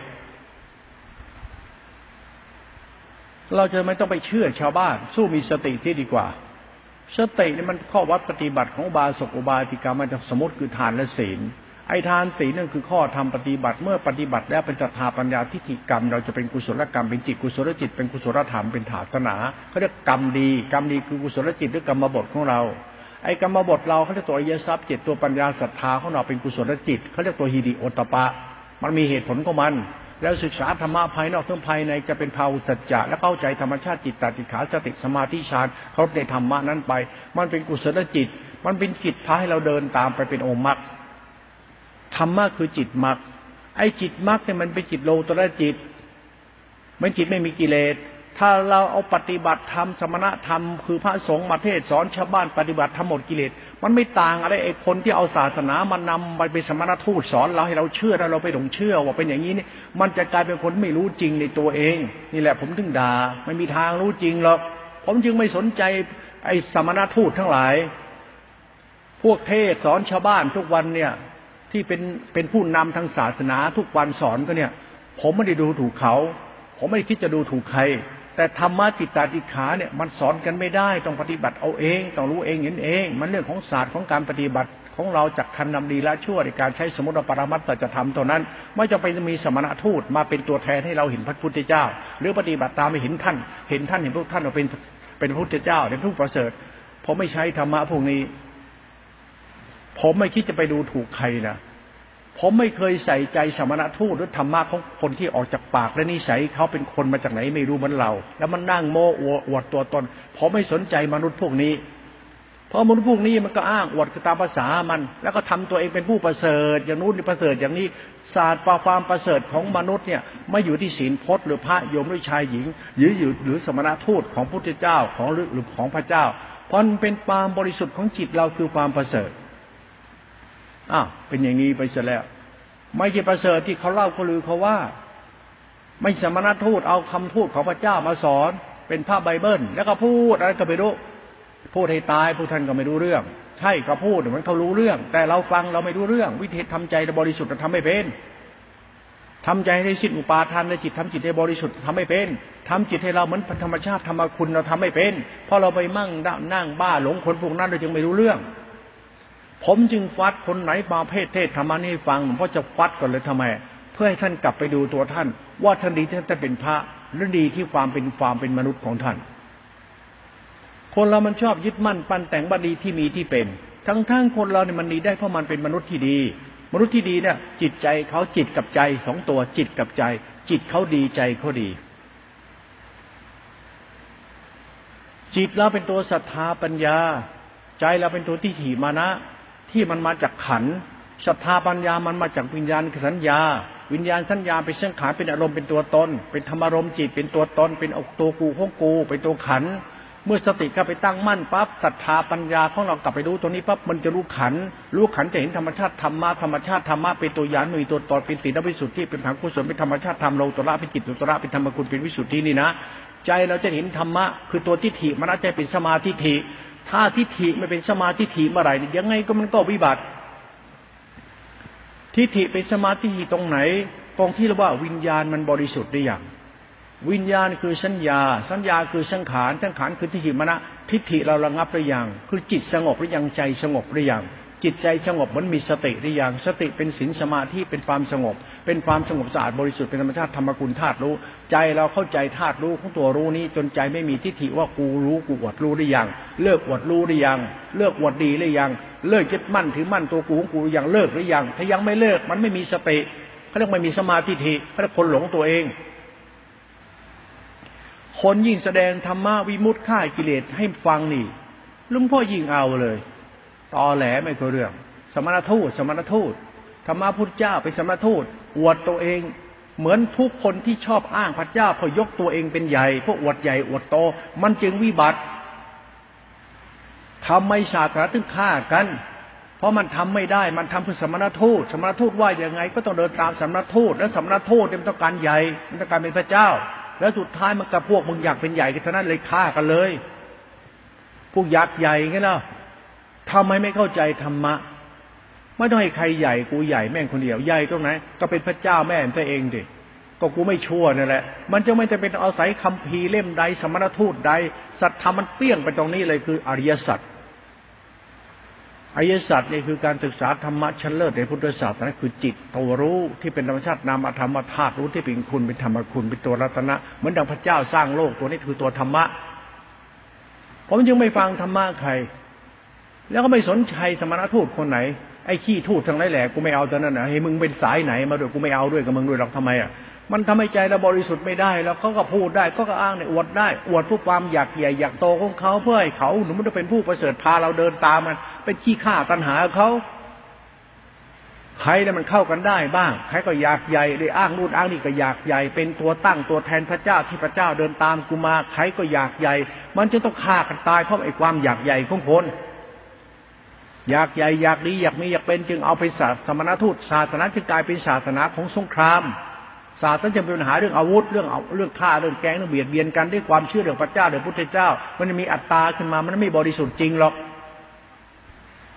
เราจะไม่ต้องไปเชื่อชาวบ้านสู้มีสติที่ดีกว่าสตินี่มันข้อวัดปฏิบัติของอุบาสกอุบาสิกามันจะสมมติคือทานและศีลไอ้ทานศีลนั่นคือข้อธรรมปฏิบัติเมื่อปฏิบัติแล้วเป็นศรัทธาปัญญาทิฏฐิกรรมเราจะเป็นกุศลกรรมเป็นจิตกุศลจิตเป็นกุศลธรรมเป็นศาสนาเขาเรียกกรรมดีคือกุศลจิตหรือกรรมบทของเราไอ้กรรมบทเราเขาเรียกตัวอริยทรัพย์7ตัวปัญญาศรัทธาของเราเป็นกุศลจิตเขาเรียกตัวหิริโอตตัปปะมันมีเหตุผลของมันแล้วศึกษาธรรมะภายนอกทั้งภายในจะเป็นภาวสัจจะและเข้าใจธรรมชาติจิตตติขาสติสมาธิฌานเขาในธรรมะนั้นไปมันเป็นกุศลจิตมันเป็นจิตพาให้เราเดินตามไปเป็นองค์มรรคธรรมะคือจิตมรรคไอ้จิตมรรคเนี่ยมันเป็นจิตโลกุตตรจิตมันจิตไม่มีกิเลสถ้าเราเอาปฏิบัติธรรมสมณธรรมคือพระสงฆ์มาเทศสอนชาวบ้านปฏิบัติธรรมหมดกิเลสมันไม่ต่างอะไรไอ้คนที่เอาศาสนามานำไปเป็นสมณทูตสอนเราให้เราเชื่อแล้วเราไปหลงเชื่อว่าเป็นอย่างนี้นี่มันจะกลายเป็นคนไม่รู้จริงในตัวเองนี่แหละผมถึงด่าไม่มีทางรู้จริงหรอกผมจึงไม่สนใจไอ้สมณทูตทั้งหลายพวกเทศสอนชาวบ้านทุกวันเนี่ยที่เป็นผู้นำทางศาสนาทุกวันสอนก็เนี่ยผมไม่ได้ดูถูกเขาผมไม่ได้คิดจะดูถูกใครแต่ธรรมะจิตตาติขาเนี่ยมันสอนกันไม่ได้ต้องปฏิบัติเอาเองต้องรู้เองเห็นเองมันเรื่องของศาสตร์ของการปฏิบัติของเราจากคันนำดีละชั่วในการใช้สมมติปรมัตถจะทำตัวนั้นไม่จำเป็นจะมีสมณทูตมาเป็นตัวแทนให้เราเห็นพระพุทธเจ้าหรือปฏิบัติตามไม่เห็นท่านเห็นพวกท่านเราเป็นพระพุทธเจ้าเป็นผู้ประเสริฐผมไม่ใช้ธรรมะพวกนี้ผมไม่คิดจะไปดูถูกใครนะผมไม่เคยใส่ใจสมณทูตหรือธรรมะของคนที่ออกจากปากและนิสัยเขาเป็นคนมาจากไหนไม่รู้เหมือนเราแล้วมันนั่งโม้อวดตัวตนผมไม่สนใจมนุษย์พวกนี้เพราะมนุษย์พวกนี้มันก็อ้างอวดตามภาษามันแล้วก็ทำตัวเองเป็นผู้ประเสริฐอย่างนู้นประเสริฐอย่างนี้ศาสตร์ความประเสริฐของมนุษย์เนี่ยไม่อยู่ที่ศีลพจน์หรือพระโยมหรือชายหญิงหรือสมณทูตของพุทธเจ้าของหรือของพระเจ้าเพราะมันเป็นความบริสุทธิ์ของจิตเราคือความประเสริฐเป็นอย่างนี้ไปเสียแล้วไม่ใช่ประเสริฐที่เขาเล่าเขาลือเขาว่าไม่สมณทูตเอาคำพูดของพระเจ้ามาสอนเป็นพระไบเบิลแล้วก็พูดอะไรก็ไม่รู้พูดให้ตายผู้ท่านก็ไม่รู้เรื่องใช่ก็พูดเหมือนเขารู้เรื่องแต่เราฟังเราไม่รู้เรื่องวิธีทำใจบริสุทธิ์เราทำไม่เป็นทำใจให้สิ้นอุปาทานในจิตทำจิตให้บริสุทธิ์ทำไม่เป็นทำจิตให้เราเหมือนธรรมชาติธรรมคุณเราทำไม่เป็นเพราะเราไปนั่งบ้าหลงคนพวกนั้นเราจึงไม่รู้เรื่องผมจึงฟัดคนไหนมาเทศธรรมะนี่ฟังเพราะจะฟัดก่อนเลยทำไมเพื่อให้ท่านกลับไปดูตัวท่านว่าท่านดีที่ท่านเป็นพระหรือดีที่ความเป็นมนุษย์ของท่านคนเรามันชอบยึดมั่นปั้นแต่งว่าดีที่มีที่เป็นทั้งคนเราเนี่ยมันดีได้เพราะมันเป็นมนุษย์ที่ดีมนุษย์ที่ดีเนี่ยจิตใจเขาจิตกับใจสองตัวจิตกับใจจิตเขาดีใจเขาดีจิตเราเป็นตัวศรัทธาปัญญาใจเราเป็นตัวทิฏฐิมานะที่มันมาจากขันธ์ศรัทธาปัญญามันมาจากวิญญาณสัญญาวิญญาณสัญญาเป็นสังขารเป็นอารมณ์เป็นตัวตนเป็นธรรมารมณ์จิตเป็นตัวตนเป็นตัวกูของกูเป็นตัวขันธ์เมื่อสติเข้าไปตั้งมั่นปั๊บศรัทธาปัญญาของเรากลับไปรู้ตรงนี้ปั๊บมันจะรู้ขันธ์จะเห็นธรรมชาติธรรมะเป็นตัวญาณมีตัวตนเป็นศีลวิสุทธิเป็นทางกุศลเป็นธรรมชาติธรรมโลกุตระเป็นจิตโลกุตระเป็นธรรมกุลเป็นวิสุทธินี่นะใจเราจะเห็นธรรมะคือตัวทิฏฐิมันจะเป็นสมาธิทิถ้าทิฏฐิไม่เป็นสมาธิทิเมื่อไหร่ยังไงก็มันก็วิบัติทิฏฐิเป็นสมาธิทิตรงไหนตรงที่เราว่าวิญญาณมันบริสุทธิ์หรือยังวิญญาณคือสัญญาคือสังขารคือทิฏฐิมรณะทิฏฐิเราระงับหรือยังคือจิตสงบหรือยังใจสงบหรือยังจิตใจสงบมันมีสติหรือยังสติเป็นศีลสมาธิเป็นความสงบสะอาดบริสุทธิ์เป็นธรรมชาติธรรมกุลธาตุรู้ใจเราเข้าใจธาตุรู้ของตัวรู้นี้จนใจไม่มีทิฏฐิว่ากูรู้กูอวดรู้หรือยังเลิกอวดรู้หรือยังเลิกอวดดีหรือยังเลิกยึดมั่นถือมั่นตัวกูของกูอย่างเลิกหรือยังถ้ายังไม่เลิกมันไม่มีสติเขาเรียกไม่มีสมาธิเขาเรียกคนหลงตัวเองคนยิ่งแสดงธรรมะวิมุตติฆ่ากิเลสให้ฟังนี่หลวงพ่อยิ่งเอาเลยตอแหลไม่เคยเรื่องสมณทูตธรรมะพุทธเจ้าเป็นสมณทูตอวดตัวเองเหมือนทุกคนที่ชอบอ้างพระเจ้าพอยกตัวเองเป็นใหญ่พวกอวดใหญ่อวดโตมันจึงวิบัติทำไม่ศาสนาถึงฆ่ากันเพราะมันทำไม่ได้มันทำเพื่อสมณทูตว่าอย่างไงก็ต้องเดินตามสมณทูตและสมณทูตมันต้องการใหญ่มันต้องการเป็นพระเจ้าแล้วสุดท้ายมันกับพวกมึงอยากเป็นใหญ่กันเท่านั้นเลยฆ่ากันเลยพวกยักษ์ใหญ่ไงล่ะทำไมไม่เข้าใจธรรมะไม่ต้องให้ใครใหญ่กูใหญ่แม่งคนเดียวใหญ่ตรงไหนก็เป็นพระเจ้าแม่ตัวเองดิก็กูไม่ชั่วนั่นแหละมันจะไม่จะเป็นอาศัยคัมภีร์เล่มใดสมณทูตใดสัตธรรมมันเปี้ยงไปตรงนี้เลยคืออริยสัจนี่คือการศึกษาธรรมะชั้นเลิศในพุทธศาสนาคือจิตตัวรู้ที่เป็นธรรมชาตินามธรรมธาตุรู้ที่เป็นคุณเป็นธรรมคุณเป็นตัวรัตนะเหมือนดังพระเจ้าสร้างโลกตัวนี้คือตัวธรรมะผมจึงไม่ฟังธรรมะใครแล้วก็ไม่สนใจสมณทูตคนไหนไอ้ขี้ทูตทั้งหลายแหล่กูไม่เอาตอนนั้นนะให้มึงเป็นสายไหนมาด้วยกูไม่เอาด้วยกับมึงด้วยหรอกทำไมอ่ะมันทำให้ใจเราบริสุทธิ์ไม่ได้แล้วเขาก็พูดได้ก็อ้างเนี่ยอวดได้อวดผู้ความอยากใหญ่อยากโตของเขาเพื่อให้เขาหนูมันจะเป็นผู้ประเสริฐพาเราเดินตามมันเป็นขี้ข้าตัณหาเขาใครเนี่ยมันเข้ากันได้บ้างใครก็อยากใหญ่เลยอ้างนู่นอ้างนี่ก็อยากใหญ่เป็นตัวตั้งตัวแทนพระเจ้าที่พระเจ้าเดินตามกูมาใครก็อยากใหญ่มันจะต้องฆ่ากันตายเพราะไอ้ความอยากใหญ่ของคนอยากใหญ่อยากดีอยากมีอยากเป็นจึงเอาไปสมณทูตศาสนาจึงกลายเป็นศาสนาของสงครามศาสนาจะเป็นปัญหาเรื่องอาวุธเรื่องฆ่าเรื่องแกล้งเรื่องเบียดเบียนกันด้วยความเชื่อเรื่องพระเจ้าเรื่องพุทธเจ้ามันจะมีอัตตาขึ้นมามันไม่บริสุทธิ์จริงหรอก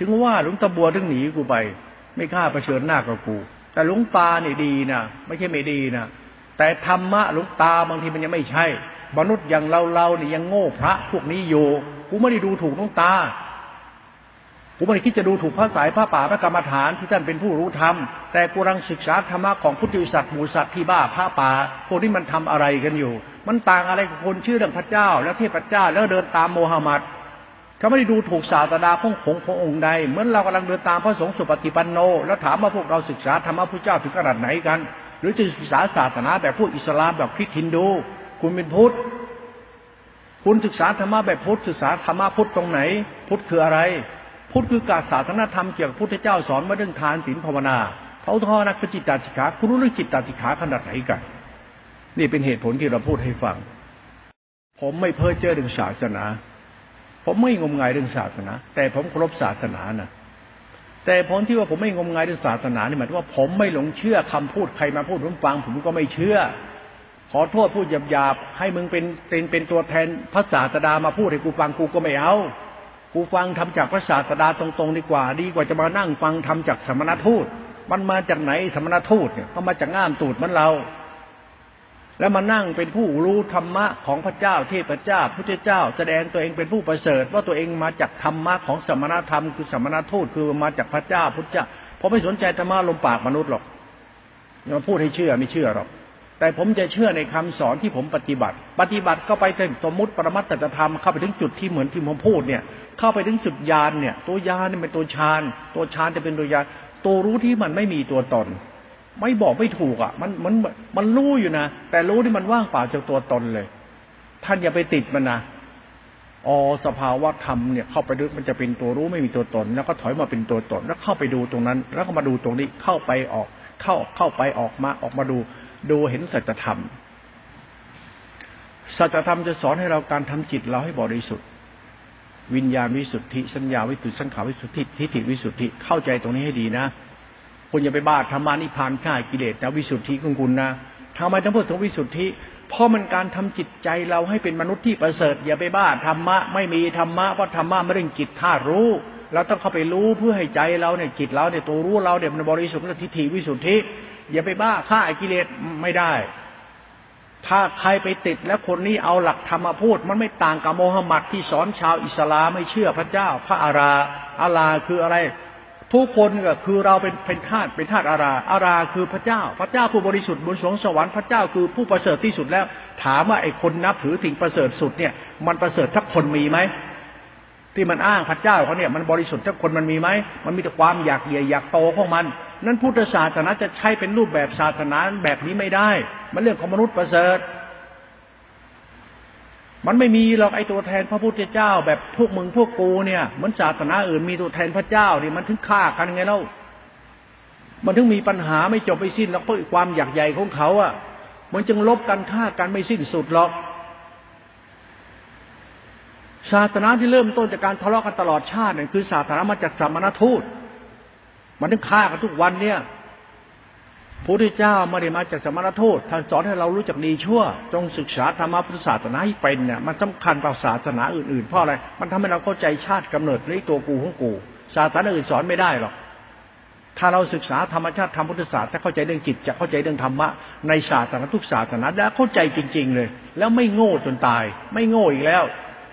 ถึงว่าหลวงตาบัวถึงหนีกูไปไม่กล้าเผชิญหน้ากับกูแต่หลวงตาเนี่ยดีนะไม่ใช่ไม่ดีนะแต่ธรรมะหลวงตาบางทีมันยังไม่ใช่มนุษย์อย่างเราเนี่ยยังโง่พระพวกนี้อยู่กูไม่ได้ดูถูกหลวงตากูไม่ได้คิดจะดูถูกพระสายพระป่าพระกรรมฐานที่ท่านเป็นผู้รู้ธรรมแต่กูรังศึกษาธรรมะของพุทธวิสัชหมู่สัตว์ที่บ้าพระป่าพวกนี้มันทำอะไรกันอยู่มันต่างอะไรกับคนชื่อเรื่องพระเจ้าแล้วเทพเจ้าแล้วเดินตามโมฮัมหมัดเขาไม่ได้ดูถูกศาสดาขององค์ใดเหมือนเรากำลังเดินตามพระสงฆ์สุปฏิปันโนแล้วถามว่าพวกเราศึกษาธรรมะพระเจ้าถึงขนาดไหนกันหรือจะศึกษาศาสนาแบบพวกอิสลามแบบคริสต์ฮินดูคุณเป็นพุทธคุณศึกษาธรรมะแบบพุทธศึกษาธรรมะพุทธตรงไหนพุทธคืออะไรพุทธคือการศาสนธรรมเกี่ยวกับพุทธเจ้าสอนมาเรื่องทานศีลภาวนาพระอุทธรนักจิตตสิกขาคุณรู้เรื่องจิตตสิกขาขนาดไหนกันนี่เป็นเหตุผลที่เราพูดให้ฟังผมไม่เพ้อเจ้อเรื่องศาสนาผมไม่งมงายเรื่องศาสนาแต่ผมเคารพศาสนานะแต่ผลที่ว่าผมไม่งมงายเรื่องศาสนานี่หมายถึงว่าผมไม่หลงเชื่อคำพูดใครมาพูดผมฟังผมก็ไม่เชื่อขอโทษพูดหยาบๆให้มึงเป็นตัวแทนพระศาสดามาพูดให้กูฟังกูก็ไม่เอากูฟังทำจากพระศาสดาตรงๆดีกว่าจะมานั่งฟังทำจากสมณทูตมันมาจากไหนสมณทูตเนี่ยต้องมาจากง่ามตูดมันเราแล้วมานั่งเป็นผู้รู้ธรรมะของพระเจ้าเทพเจ้าพุทธเจ้าแสดงตัวเองเป็นผู้ประเสริฐว่าตัวเองมาจากธรรมะของสมณธรรมคือสมณทูตคือมาจากพระเจ้าพุทธเจ้าผมไม่สนใจธรรมะลมปากมนุษย์หรอกอย่ามาพูดให้เชื่อไม่เชื่อหรอกแต่ผมจะเชื่อในคำสอนที่ผมปฏิบัติก็ไปถึงสมมุติปรมัตถธรรมเข้าไปถึงจุดที่เหมือนที่ผมพูดเนี่ยเข้าไปถึงจุดญาณเนี่ยตัวยานเนี่ยเป็นตัวฌานจะเป็นตัวญาณตัวรู้ที่มันไม่มีตัวตนไม่บอกไม่ถูกอ่ะมันรู้อยู่นะแต่รู้ที่มันว่างเปล่าจากตัวตนเลยท่านอย่าไปติดมันนะสภาวะธรรมเนี่ยเข้าไปดูมันจะเป็นตัวรู้ไม่มีตัวตนแล้วก็ถอยมาเป็นตัวตนแล้วเข้าไปดูตรงนั้นแล้วก็มาดูตรงนี้เข้าไปออกเข้าไปออกมาดูเห็นสัจธรรมจะสอนให้เราการทำจิตเราให้บริสุทธิ์วิญญาณวิสุทธิสัญญาวิสุทธิสังขารวิสุทธิทิฏฐิวิสุทธิเข้าใจตรงนี้ให้ดีนะคุณอย่าไปบ้าธรรมานิพพานฆ่ากิเลสแต่วิสุทธิของคุณนะทำไมต้องพูดถึงวิสุทธิเพราะมันการทำจิตใจเราให้เป็นมนุษย์ที่ประเสริฐอย่าไปบ้าธรรมะไม่มีธรรมะเพราะธรรมะไม่ได้จิตธาตุรู้เราต้องเข้าไปรู้เพื่อให้ใจเราเนี่ยจิตเราเนี่ยตัวรู้เราเนี่ยมันบริสุทธิ์ทิฏฐิวิสุทธิอย่าไปบ้าฆ่ากิเลสไม่ได้ถ้าใครไปติดแล้วคนนี้เอาหลักธรรมมาพูดมันไม่ต่างกับโมฮัมหมัดที่สอนชาวอิสลามไม่เชื่อพระเจ้าพระอาราคืออะไรทุกคนก็คือเราเป็นธาตุอาราคือพระเจ้าผู้บริสุทธิ์บนสวงสวรรค์พระเจ้าคือผู้ประเสริฐที่สุดแล้วถามว่าไอ้คนนับถือสิ่งประเสริฐสุดเนี่ยมันประเสริฐทักคนมีไหมที่มันอ้างพระเจ้าเขาเนี่ยมันบริสุทธิ์ทักคนมันมีไหมมันมีแต่ความอยากใหญ่อยากโตของมันนั้นพุทธศาสนาจะใช้เป็นรูปแบบศาสนาแบบนี้ไม่ได้มันเรื่องของมนุษย์ประเสริฐมันไม่มีหรอกไอ้ตัวแทนพระพุทธเจ้าแบบพวกมึงพวกกูเนี่ยเหมือนศาสนาอื่นมีตัวแทนพระเจ้านี่มันถึงฆ่ากันไงเล่ามันถึงมีปัญหาไม่จบไม่สิ้นแล้วเพราะความอยากใหญ่ของเขาอ่ะมันจึงลบกันฆ่ากันไม่สิ้นสุดหรอกศาสนาที่เริ่มต้นจากการทะเลาะกันตลอดชาติเนี่ยคือศาสนามาจากสมณทูตมันถึงฆ่ากันทุกวันเนี่ยพระพุทธเจ้าไม่ได้มาจากสมณทูตท่านสอนให้เรารู้จักดีชั่วจงศึกษาธรรมะพุทธศาสนาให้เป็นเนี่ยมันสำคัญกว่าศาสนาอื่นๆเพราะอะไรมันทำให้เราเข้าใจชาติกำเนิดในตัวกูของกูศาสนาอื่นสอนไม่ได้หรอกถ้าเราศึกษาธรรมชาติธรรมพุทธศาสตร์ถ้าเข้าใจเรื่องจิตจะเข้าใจเรื่องธรรมะในศาสนาทุกศาสนาแล้วเข้าใจจริงๆเลยแล้วไม่โง่จนตายไม่โง่อีกแล้ว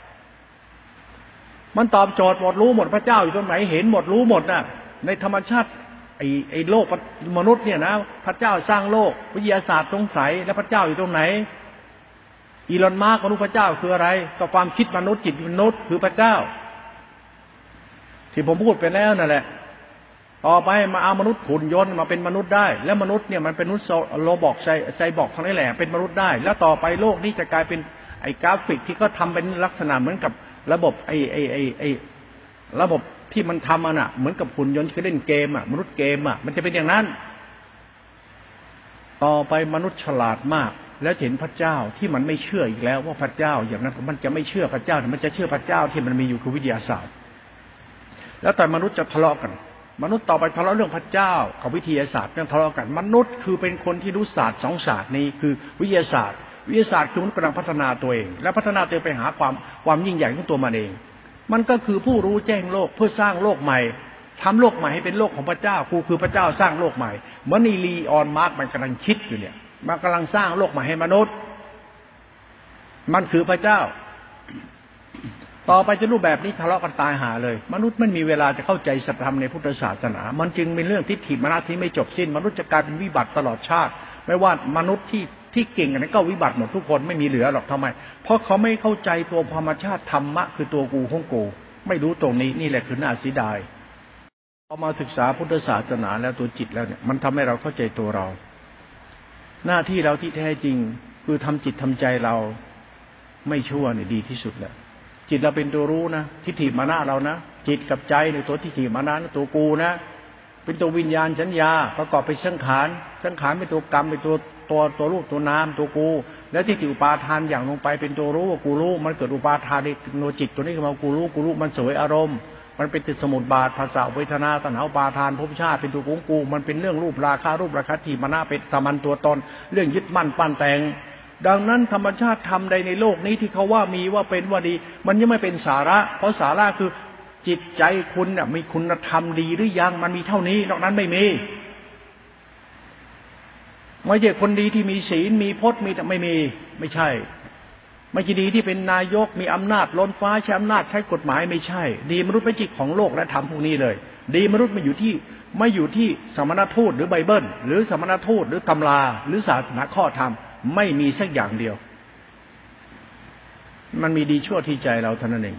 มันตอบโจทย์หมดรู้หมดพระเจ้าอยู่ตรงไหนเห็นหมดรู้หมดน่ะในธรรมชาติไอ้โลกมนุษย์เนี่ยนะพระเจ้าสร้างโลกวิทยาศาสตร์สงสัยแล้วพระเจ้าอยู่ตรงไหนอีลอนมาร์กมนุษย์พระเจ้าคืออะไรก็ความคิดมนุษย์จิตมนุษย์คือพระเจ้าที่ผมพูดไปแล้วนั่นแหละต่อไปมาเอามนุษย์หุ่นยนต์มาเป็นมนุษย์ได้แล้วมนุษย์เนี่ยมันเป็นมนุษย์โรบอทไซบอร์กทั้งนี้แหละเป็นมนุษย์ได้แล้วต่อไปโลกนี้จะกลายเป็นไอ้กราฟิกที่ก็ทำเป็นลักษณะเหมือนกับระบบไอ้ระบบที่มันทำอ่ะเหมือนกับหุ่นยนต์ที่เล่นเกมอ่ะมนุษย์เกมอ่ะมันจะเป็นอย่างนั้นต่อไปมนุษย์ฉลาดมากแล้วเห็นพระเจ้าที่มันไม่เชื่ออีกแล้วว่าพระเจ้าอย่างนั้นมันจะไม่เชื่อพระเจ้ามันจะเชื่อพระเจ้าที่มันมีอยู่คือวิทยาศาสตร์แล้วแต่มนุษย์จะทะเลาะกันมนุษย์ต่อไปทะเลาะเรื่องพระเจ้ากับวิทยาศาสตร์เรื่องทะเลาะกันมนุษย์คือเป็นคนที่รู้ศาสตร์สองศาสตร์นี้คือวิทยาศาสตร์คือมนุษย์กำลังพัฒนาตัวเองและพัฒนาตัวเองไปหาความยิ่งใหญ่ของตัวมันเองมันก็คือผู้รู้แจ้งโลกเพื่อสร้างโลกใหม่ทำโลกใหม่ให้เป็นโลกของพระเจ้ากูคือพระเจ้าสร้างโลกใหม่เหมือนอีลีออนมาร์กมันกำลังคิดอยู่เนี่ยมันกำลังสร้างโลกใหม่ให้มนุษย์มันคือพระเจ้าต่อไปจะรูปแบบนี้ทะเลาะกันตายหาเลยมนุษย์ไม่มีเวลาจะเข้าใจสัจธรรมในพุทธศาสนามันจึงเป็นเรื่องทิฏฐิมานะที่ไม่จบสิ้นมนุษย์จะกลายเป็นวิบัติตลอดชาติไม่ว่ามนุษย์ที่เก่งกันนั้นก็วิบัติหมดทุกคนไม่มีเหลือหรอกทำไมเพราะเขาไม่เข้าใจตัวธรรมชาติธรรมะคือตัวกูของกูไม่รู้ตรงนี้นี่แหละคือน่าเสียดายพอมาศึกษาพุทธศาสนาแล้วตัวจิตแล้วเนี่ยมันทำให้เราเข้าใจตัวเราหน้าที่เราที่แท้จริงคือทำจิตทำใจเราไม่ชั่วเนี่ยดีที่สุดแล้วจิตเราเป็นตัวรู้นะทิฏฐิมานะเรานะจิตกับใจในตัวทิฏฐิมานะตัวกูนะเป็นตัววิญญาณสัญญาประกอบไปสังขารเป็นตัวกรรมเป็นตัวรูปตัวนามตัวกูแล้วที่อุปาทานอย่างลงไปเป็นตัวรู้ว่ากูรู้มันเกิดอุปาทานในตัวจิตตัวนี้ขึ้นมากูรู้มันสวยอารมณ์มันเป็นติดสมุดบาทภาษาเวทนาตัณหาอุปาทานภพชาติเป็นตัวของกูมันเป็นเรื่องรูปราคาทิมานะเป็นธรรมันตัวตนเรื่องยึดมั่นปั้นแต่งดังนั้นธรรมชาติธรรมใดในโลกนี้ที่เขาว่ามีว่าเป็นว่าดีมันยังไม่เป็นสาระเพราะสาระคือจิตใจคุณเนี่ยมีคุณธรรมดีหรือยังมันมีเท่านี้นอกนั้นไม่มีไม่ใช่คนดีที่มีศีลมีพจน์มีแต่ไม่ใช่ไม่ใช่ดีที่เป็นนายกมีอำนาจล้นฟ้าใช้อำนาจใช้กฎหมายไม่ใช่ดีมนุษย์เป็นจิตของโลกและธรรมพวกนี้เลยดีมนุษย์ไม่อยู่ที่สมณทูตหรือไบเบิลหรือสมณทูตหรือตำราหรือศาสนาข้อธรรมไม่มีสักอย่างเดียวมันมีดีชั่วที่ใจเราเท่านั้นเอง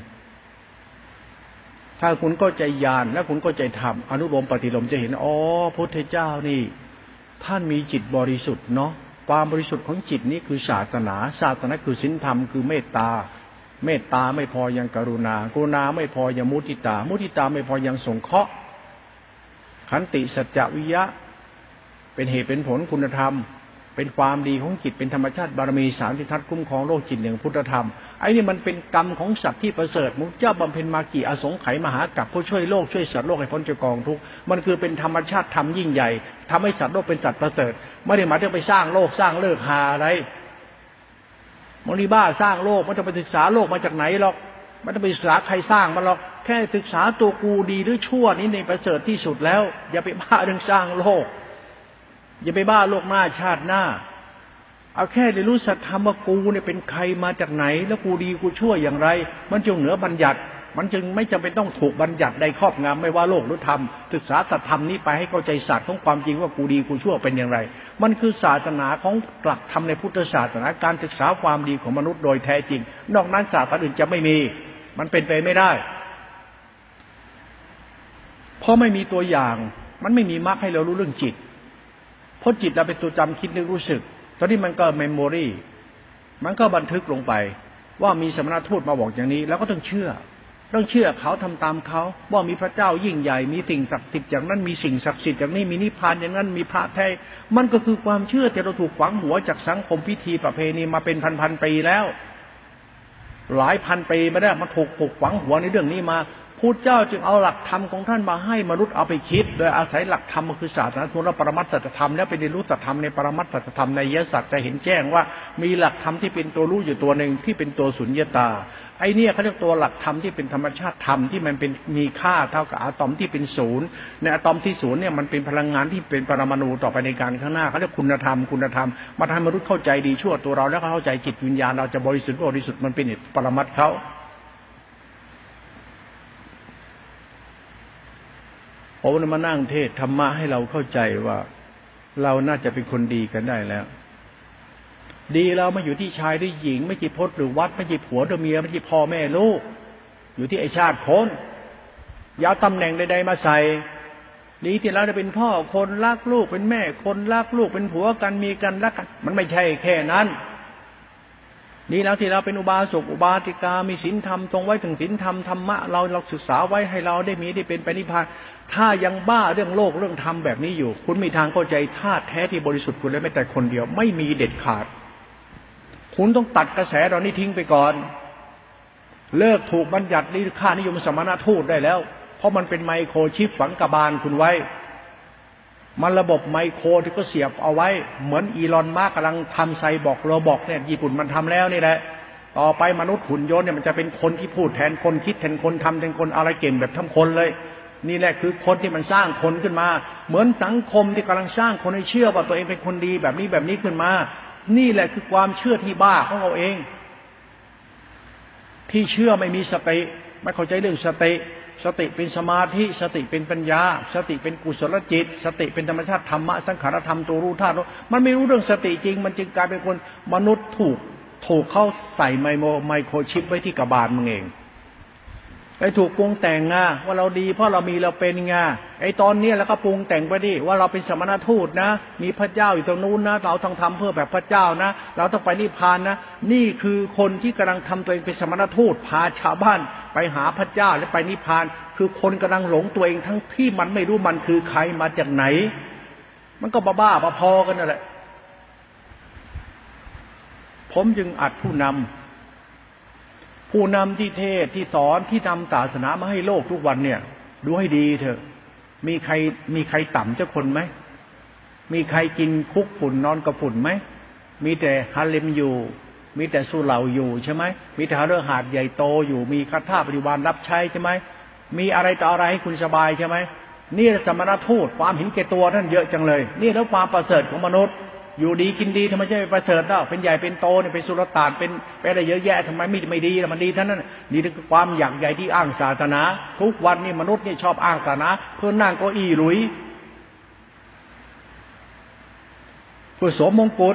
ถ้าคุณก็ใจญาณและคุณก็ใจธรรมอนุโลมปฏิโลมจะเห็นอ๋อพระพุทธเจ้านี่ท่านมีจิตบริสุทธิ์เนาะความบริสุทธิ์ของจิตนี้คือศาสนาคือศีลธรรมคือเมตตาไม่พอยังกรุณาไม่พอยังมุทิตาไม่พอยังสงเคราะห์ขันติสัจจวิยะเป็นเหตุเป็นผลคุณธรรมเป็นความดีของจิตเป็นธรรมชาติบารมี30ทัศน์คุ้มครองโลกจิตอย่างพุทธธรรมไอ้นี่มันเป็นกรรมของสัตว์ที่ประเสริฐมุขเจ้าบำเพ็ญมากี่อสงไขยมหากาพย์ผู้ช่วยโลกช่วยสัตว์โลกให้พ้นจากกองทุกข์มันคือเป็นธรรมชาติธรรมยิ่งใหญ่ทำให้สัตว์โลกเป็นสัตว์ประเสริฐไม่ได้หมายถึงไปสร้างโลกสร้างเลิกหาอะไรมณีบ้าสร้างโลกมันจะไปศึกษาโลกมาจากไหนหรอกมันจะไปศึกษาใครสร้างมันหรอกแค่ศึกษาตัวกูดีหรือชั่วนี้ในประเสริฐที่สุดแล้วอย่าไปบ้าเรื่องสร้างโลกอย่าไปบ้าโลกหน้าชาติหน้าเอาแค่ได้รู้สัจธรรมว่ากูเนี่ยเป็นใครมาจากไหนแล้วกูดีกูชั่วอย่างไรมันจึงเหนือบัญญัติมันจึงไม่จำเป็นต้องถูกบัญญัติใดครอบงำไม่ว่าโลกหรือธรรมศึกษาสัจธรรมนี้ไปให้เข้าใจศาสตร์ของความจริงว่ากูดีกูชั่วเป็นอย่างไรมันคือศาสนาของหลักธรรมในพุทธศาสนาการศึกษาความดีของมนุษย์โดยแท้จริงนอกนั้นศาสตร์อื่นจะไม่มีมันเป็นไปไม่ได้เพราะไม่มีตัวอย่างมันไม่มีมรรคให้เรารู้เรื่องจิตเพราะจิตเราเป็นตัวจำคิดนึกรู้สึกตอนนี้มันก็เมมโมรีมันก็บันทึกลงไปว่ามีสมณทูตมาบอกอย่างนี้แล้วก็ต้องเชื่อเขาทำตามเขาว่ามีพระเจ้ายิ่งใหญ่มีสิ่งศักดิ์สิทธิ์อย่างนั้นมีสิ่งศักดิ์สิทธิ์อย่างนี้มีนิพพานอย่างนั้นมีพระแท้มันก็คือความเชื่อแต่เราถูกฝังหัวจากสังคมพิธีประเพณีมาเป็นพันปีแล้วหลายพันปีมาแล้วมันถูกปลูกฝังหัวในเรื่องนี้มาพุทธเจ้าจึงเอาหลักธรรมของท่านมาให้มนุษย์เอาไปคิดโดยอาศัยหลักธรรมมันคือศาสนาพุทธปรมัตถสัจธรรมแล้วไปเรียนรู้สัจธรรมในปรมัตถสัจธรรมในยสัจจะเห็นแจ้งว่ามีหลักธรรมที่เป็นตัวรู้อยู่ตัวหนึ่งที่เป็นตัวสุญญตาไอ้เนี่ยเขาเรียกตัวหลักธรรมที่เป็นธรรมชาติธรรมที่มันเป็นมีค่าเท่ากับอะตอมที่เป็นศูนย์ในอะตอมที่ศูนย์เนี่ยมันเป็นพลังงานที่เป็นปรมาณูต่อไปในการข้างหน้าเขาเรียกคุณธรรมมาทำให้มนุษย์เข้าใจดีชั่วตัวเราแล้วเข้าใจจิตวิญญาณเราจะบริสุทธิ์มันเป็นปรมัตถ์เขาผมมานั่งเทศธรรมะให้เราเข้าใจว่าเราน่าจะเป็นคนดีกันได้แล้วดีเราไม่อยู่ที่ชายหรือหญิงไม่ใช่พจน์หรือวัดไม่ใช่ผัวหรือเมียไม่ใช่พ่อแม่ลูกอยู่ที่ไอชาติคนอย่าตำแหน่งใดๆมาใส่ดีที่เราได้เป็นพ่อคนรักลูกเป็นแม่คนรักลูกเป็นผัวกันมีกันรักกันมันไม่ใช่แค่นั้นนี่แล้วที่เราเป็นอุบาสกอุบาสิกามีศีลธรรมตรงไว้ถึงศีลธรรมธรรมะเราศึกษาไว้ให้เราได้เป็นไปนิพพานถ้ายังบ้าเรื่องโลกเรื่องธรรมแบบนี้อยู่คุณมีทางเข้าใจธาตุแท้ที่บริสุทธิ์คุณเลยไม่แต่คนเดียวไม่มีเด็ดขาดคุณต้องตัดกระแสเหล่านี้ทิ้งไปก่อนเลิกถูกบัญญัติหรือค่านิยมสมณทูตได้แล้วเพราะมันเป็นไมโครชิปฝังกระบาลคุณไว้มันระบบไมโครที่ก็เสียบเอาไว้เหมือนอีลอนมาร์กกำลังทำไซบอร์กโรบอทเนี่ยญี่ปุ่นมันทำแล้วนี่แหละต่อไปมนุษย์หุ่นยนต์เนี่ยมันจะเป็นคนที่พูดแทนคนคิดแทนคนทำแทนคนอะไรเก่งแบบทั้งคนเลยนี่แหละคือคนที่มันสร้างคนขึ้นมาเหมือนสังคมที่กำลังสร้างคนให้เชื่อว่าตัวเองเป็นคนดีแบบนี้ขึ้นมานี่แหละคือความเชื่อที่บ้าของเราเองที่เชื่อไม่มีสติไม่เข้าใจเรื่องสติเป็นสมาธิสติเป็นปัญญาสติเป็นกุศลจิตสติเป็นธรรมชาติธรรมะสังขารธรรมตัวรู้ธาตุมันไม่รู้เรื่องสติจริงมันจึงกลายเป็นคนมนุษย์ถูกเข้าใส่ไมโครชิปไว้ที่กระบาลมึงเองไอ้ถูกปรุงแต่งไงว่าเราดีเพราะเรามีเราเป็นไงไอ้ตอนนี้แล้วก็ปรุงแต่งไปดิว่าเราเป็นสมณทูตนะมีพระเจ้าอยู่ตรงนู้นนะเราต้องทำเพื่อแบบพระเจ้านะเราต้องไปนิพพานนะนี่คือคนที่กำลังทำตัวเองเป็นสมณทูตพาชาวบ้านไปหาพระเจ้าและไปนิพพานคือคนกำลังหลงตัวเองทั้งที่มันไม่รู้มันคือใครมาจากไหนมันก็บ้าพอกันนั่นแหละผมจึงอัดผู้นำที่เทศที่สอนที่นำศาสนามาให้โลกทุกวันเนี่ยดูให้ดีเถอะมีใครต่ำเจ้าคนไหมมีใครกินคุกฝุ่นนอนกับฝุ่นไหมมีแต่ฮาเลมอยู่มีแต่สุเหร่าอยู่ใช่ไหมมีแต่เรื่องหาดใหญ่โตอยู่มีคาถาปฏิบัติรับใช้ใช่ไหมมีอะไรต่ออะไรให้คุณสบายใช่ไหมนี่สมณทูตความเห็นแก่ตัวท่านเยอะจังเลยนี่แล้วความประเสริฐของมนุษย์อยู่ดีกินดีทำไมจะไม่ประเสริฐเล่าเป็นใหญ่เป็นโตเนี่ยเป็นสุลต่านเป็นอะไรเยอะแยะทำไมไม่ดีล่ะมันดีท่านนั้นนี่คือความอยากใหญ่ที่อ้างศาสนาทุกวันนี่มนุษย์นี่ชอบอ้างศาสนาเพื่อนั่งเก้าอี้หลุยเพื่อสวมมงกุฎ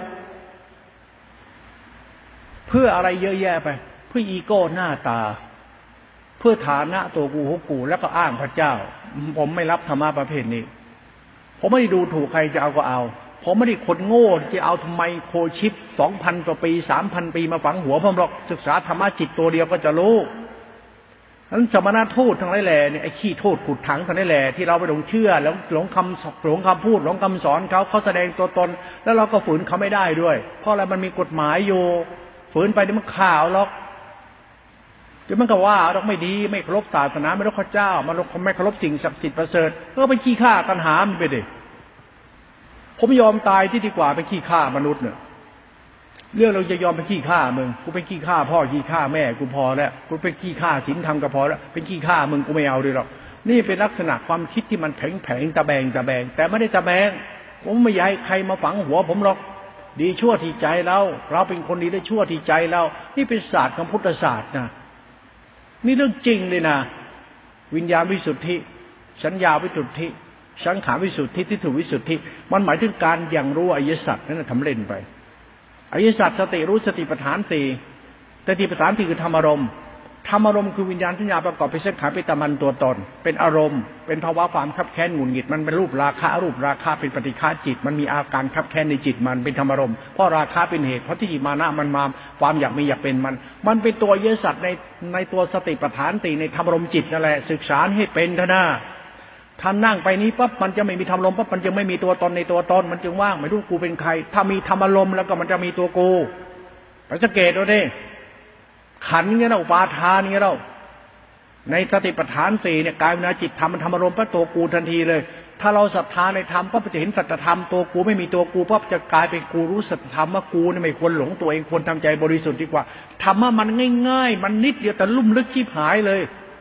เพื่ออะไรเยอะแยะไปเพื่ออีโก้หน้าตาเพื่อฐานะตัวกูของกูแล้วก็อ้างพระเจ้าผมไม่รับธรรมะประเภทนี้ผมไม่ได้ดูถูกใครจะเอาก็เอาผมไม่ได้คนโง่ที่เอาทำไมโคชิป 2,000 กว่าปี 3,000 ปีมาฝังหัวผมหรอกศึกษาธรรมะจิตตัวเดียวก็จะรู้นั้นสมณทูตทั้งหลายแหล่เนี่ยไอ้ขี้โทษขุดถังทั้งหลายแหล่ที่เราไปหลงเชื่อแล้วหลงคำพูดหลงคำสอนเขาแสดงตัวตนแล้วเราก็ฝืนเขาไม่ได้ด้วยเพราะอะไรมันมีกฎหมายอยู่ฝืนไปเดี๋ยวมันข่าวหรอกเดี๋ยวมันก็ว่าเราไม่ดีไม่เคารพศาสนาไม่เคารพพระเจ้ามันไม่เคารพสิ่งศักดิ์สิทธิ์ประเสริฐก็ไปขี้ฆ่าตัณหามันไปดิผมยอมตายที่ดีกว่าไปขี้ฆ่ามนุษย์เนี่ยเรื่องเราจะยอมไปขี้ฆ่ามึงกูเป็นขี้ฆ่าพ่อขี้ฆ่าแม่กูพอแล้วกูเป็นขี้ฆ่าศีลธรรมก็พอแล้วเป็นขี้ฆ่ามึงกูไม่เอาด้วยหรอกนี่เป็นลักษณะความคิดที่มันแผงตะแบงแต่ไม่ได้ตะแบงผมไม่อยากให้ใครมาฝังหัวผมหรอกดีชั่วที่ใจเราเป็นคนดีได้ชั่วที่ใจเรานี่เป็นศาสตร์ของพุทธศาสตร์นะนี่เรื่องจริงเลยนะวิญญาณวิสุทธิสัญญาวิสุทธิสังขารวิสุทธิทิฏฐิวิสุทธิมันหมายถึงการอย่างรู้อริยสัจนั่นทำเล่นไปอริยสัจสติรู้สติปัฏฐานสี่สติปัฏฐานสี่คือธรรมอารมณ์คือวิญญาณสัญญาประกอบเป็นสังขารเป็นตมันตัวตนเป็นอารมณ์เป็นภาวะความคับแค้นหงุดหงิดมันเป็นรูปราคะเป็นปฏิฆาจิตมันมีอาการคับแค้นในจิตมันเป็นธรรมอารมณ์เพราะราคะเป็นเหตุเพราะทิฏฐิมานะมันมาความอยากมีอยากเป็นมันเป็นตัวอริยสัจในตัวสติปัฏฐานสี่ในธรรมอารมณ์จิตนั่นแหละศึกษาให้เป็นเถอะนะท่านนั่งไปนี้ปั๊บมันจะไม่มีธรรมอารมณ์ปั๊บมันจะไม่มีตัวตนในตัวตนมันจึงว่างไม่รู้กูเป็นใครถ้ามีธรรมอารมณ์แล้วก็มันจะมีตัวกูไปสังเกตดูดิขันเงี้ยเราอุปาทานเงี้ยเราในสติปัฏฐานสี่เนี่ยกายวิญญาณจิตธรรมมันธรรมอารมณ์ปั๊บตัวกูทันทีเลยถ้าเราศรัทธาในธรรมปั๊บจะเห็นสัจธรรมตัวกูไม่มีตัวกูปั๊บจะกลายเป็นกูรู้สัจธรรมว่ากูเนี่ยไม่ควรหลงตัวเองควรทำใจบริสุทธิ์ดีกว่าธรรมะมันง่ายๆมันนิดเดียวแต่ลุ่มลึกชิบหายเลย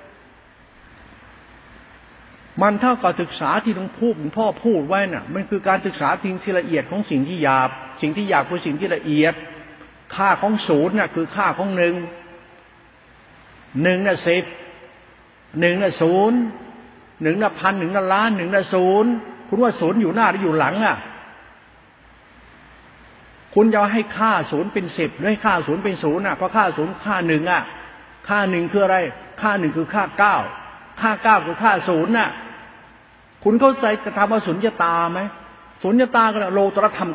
มันเท่ากับศึกษาที่หลวงพ่อพูดไว้น่ะมันคือการศึกษาสิ่งที่ละเอียดของสิ่งที่หยาบสิ่งที่หยาบคือสิ่งที่ละเอียดค่าของศูนย์น่ะคือค่าของหนึ่งน่ะ10 1น่ะ0 1น่ะพัน1น่ะล้าน1น่ะ0คุณว่า0อยู่หน้าหรืออยู่หลังอ่ะคุณจะให้ค่า0เป็น10หรือให้ค่า0เป็น0น่ะเพราะค่า0ค่า1อ่ะค่า1คืออะไรค่า1คือค่า9ค่า9คือค่า0น่ะคุณเข้าใจจะทำว่าสุญญตาไหมสุญญตาก็โลตรธรรม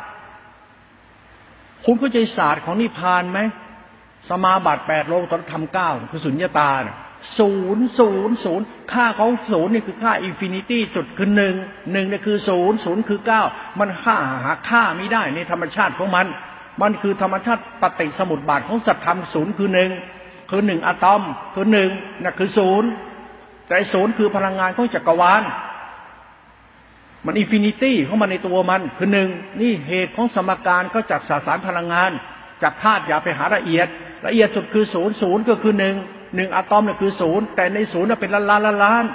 9คุณเข้าใจศาสตร์ของนิพพานไหมสมาบัติ8โลตรธรรม9คือสุญญตาน่ะ000ค่าของ0นี่คือค่าอินฟินิตี้จุดคือ1นี่คือ0คือ9มันหาค่าไม่ได้ในธรรมชาติของมันคือธรรมชาติปฏิสมุติบาทของสัตว์ธรรม0คือ1คือ1อะตอมคือ1น่ะคือ0แต่0คือพลังงานของจักรวาลมันอินฟินิตี้ของมันในตัวมันคือ1นี่เหตุของสมการก็จัดสสารพลังงานจากธาตุหยาบไปหาละเอียดสุดคือศูนย์ศูนย์ก็คือ1อะตอมเนี่ยคือศูนย์แต่ในศูนย์เป็นล้าน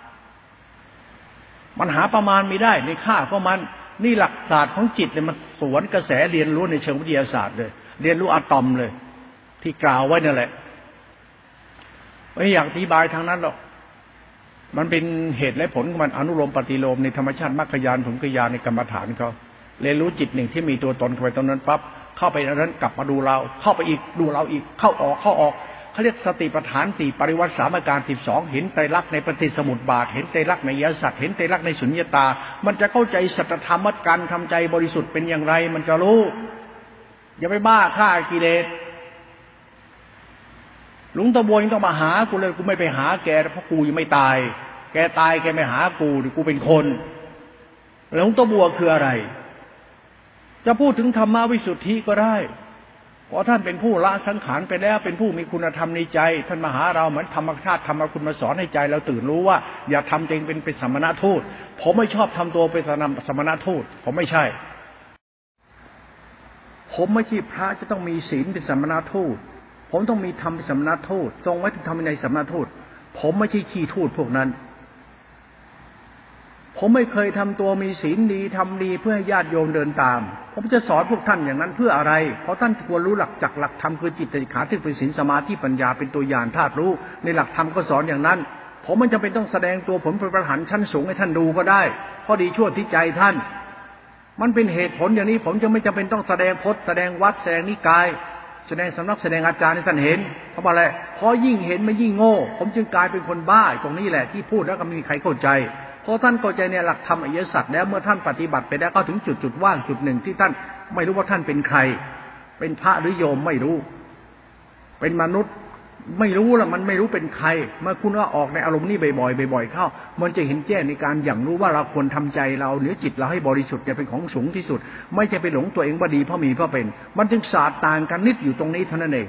มันหาประมาณไม่ได้ในค่าของมันนี่หลักศาสตร์ของจิตเนี่ยมันสวนกระแสเรียนรู้ในเชิงวิทยาศาสตร์เลยเรียนรู้อะตอมเลยที่กล่าวไว้นั่นแหละไม่อยากอธิบายทางนั้นหรอกมันเป็นเหตุและผลของมันอนุโลมปฏิโลมในธรรมชาติมรรคญาณผลญาณในกรรมฐานเขาเรียนรู้จิตหนึ่งที่มีตัวตนเข้าไปตรงนั้นปั๊บเข้าไปนั้นกลับมาดูเราเข้าไปอีกดูเราอีกเข้าออกเขาเรียกสติปัฏฐาน4ปริวัติ3อาการ12เห็นไตรลักษณ์ในปฏิสมุติบาทเห็นไตรลักษณ์ในยสัตว์เห็นไตรลักษณ์ในสุญญตามันจะเข้าใจสัจธรรมว่าการทำใจบริสุทธิ์เป็นอย่างไรมันจะรู้อย่าไปบ้าฆ่ากิเลสหลวงตาบัวยังต้องมาหากูเลยกูไม่ไปหาแกเพราะกูยังไม่ตายแกตายแกไม่หากูดิกูเป็นคนหลวงตาบัวคืออะไรจะพูดถึงธรรมวิสุทธิก็ได้เพราะท่านเป็นผู้ละสังขารไปแล้วเป็นผู้มีคุณธรรมในใจท่านมาหาเราเหมือนธรรมชาติธรรมคุณมาสอนให้ใจเราตื่นรู้ว่าอย่าทำตัวเองเป็นสมณทูตผมไม่ชอบทำตัวเป็นสมณทูตผมไม่ใช่ผมไม่ใช่พระจะต้องมีศีลเป็นสมณทูตผมต้องมีธรรมเป็นสมณทูตตรงไว้ถึงธรรมในสมณทูตผมไม่ใช่ขี้ทูตพวกนั้นผมไม่เคยทำตัวมีศีลดีทำดีเพื่อให้ญาติโยมเดินตามผมจะสอนพวกท่านอย่างนั้นเพื่ออะไรเพราะท่านควรรู้หลักจากหลักธรรมคือจิตติขาที่เป็นศีลสมาธิปัญญาเป็นตัวอย่างธาตุรู้ในหลักธรรมก็สอนอย่างนั้นผมไม่จำเป็นต้องแสดงตัวผมเป็นพระอรหันต์ชั้นสูงให้ท่านดูก็ได้ข้อดีชั่วที่ใจท่านมันเป็นเหตุผลอย่างนี้ผมจะไม่จำเป็นต้องแสดงพจน์แสดงวัดแสดงนิกายแสดงสำนักแสดงอาจารย์ให้ท่านเห็นเพราะอะไรเพราะยิ่งเห็นมันยิ่งโง่ผมจึงกลายเป็นคนบ้าตรงนี้แหละที่พูดแล้วก็ไม่มีใครเข้าใจเพราะท่านเข้าใจในหลักธรรมอริยสัจแล้วเมื่อท่านปฏิบัติไปแล้วก็ถึงจุดว่างจุดหนึ่งที่ท่านไม่รู้ว่าท่านเป็นใครเป็นพระหรือโยมไม่รู้เป็นมนุษย์ไม่รู้ละมันไม่รู้เป็นใครเมื่อคุณว่าออกในอารมณ์นี้บ่อยๆเข้ามันจะเห็นแจ้งในการอย่างรู้ว่าเราควรทำใจเราเหนือจิตเราให้บริสุทธิ์เป็นของสูงที่สุดไม่ใช่ไปหลงตัวเองว่าดีเพราะมีเพราะเป็นมันจึงศาสตร์ต่างกันนิดอยู่ตรงนี้เท่านั้นเอง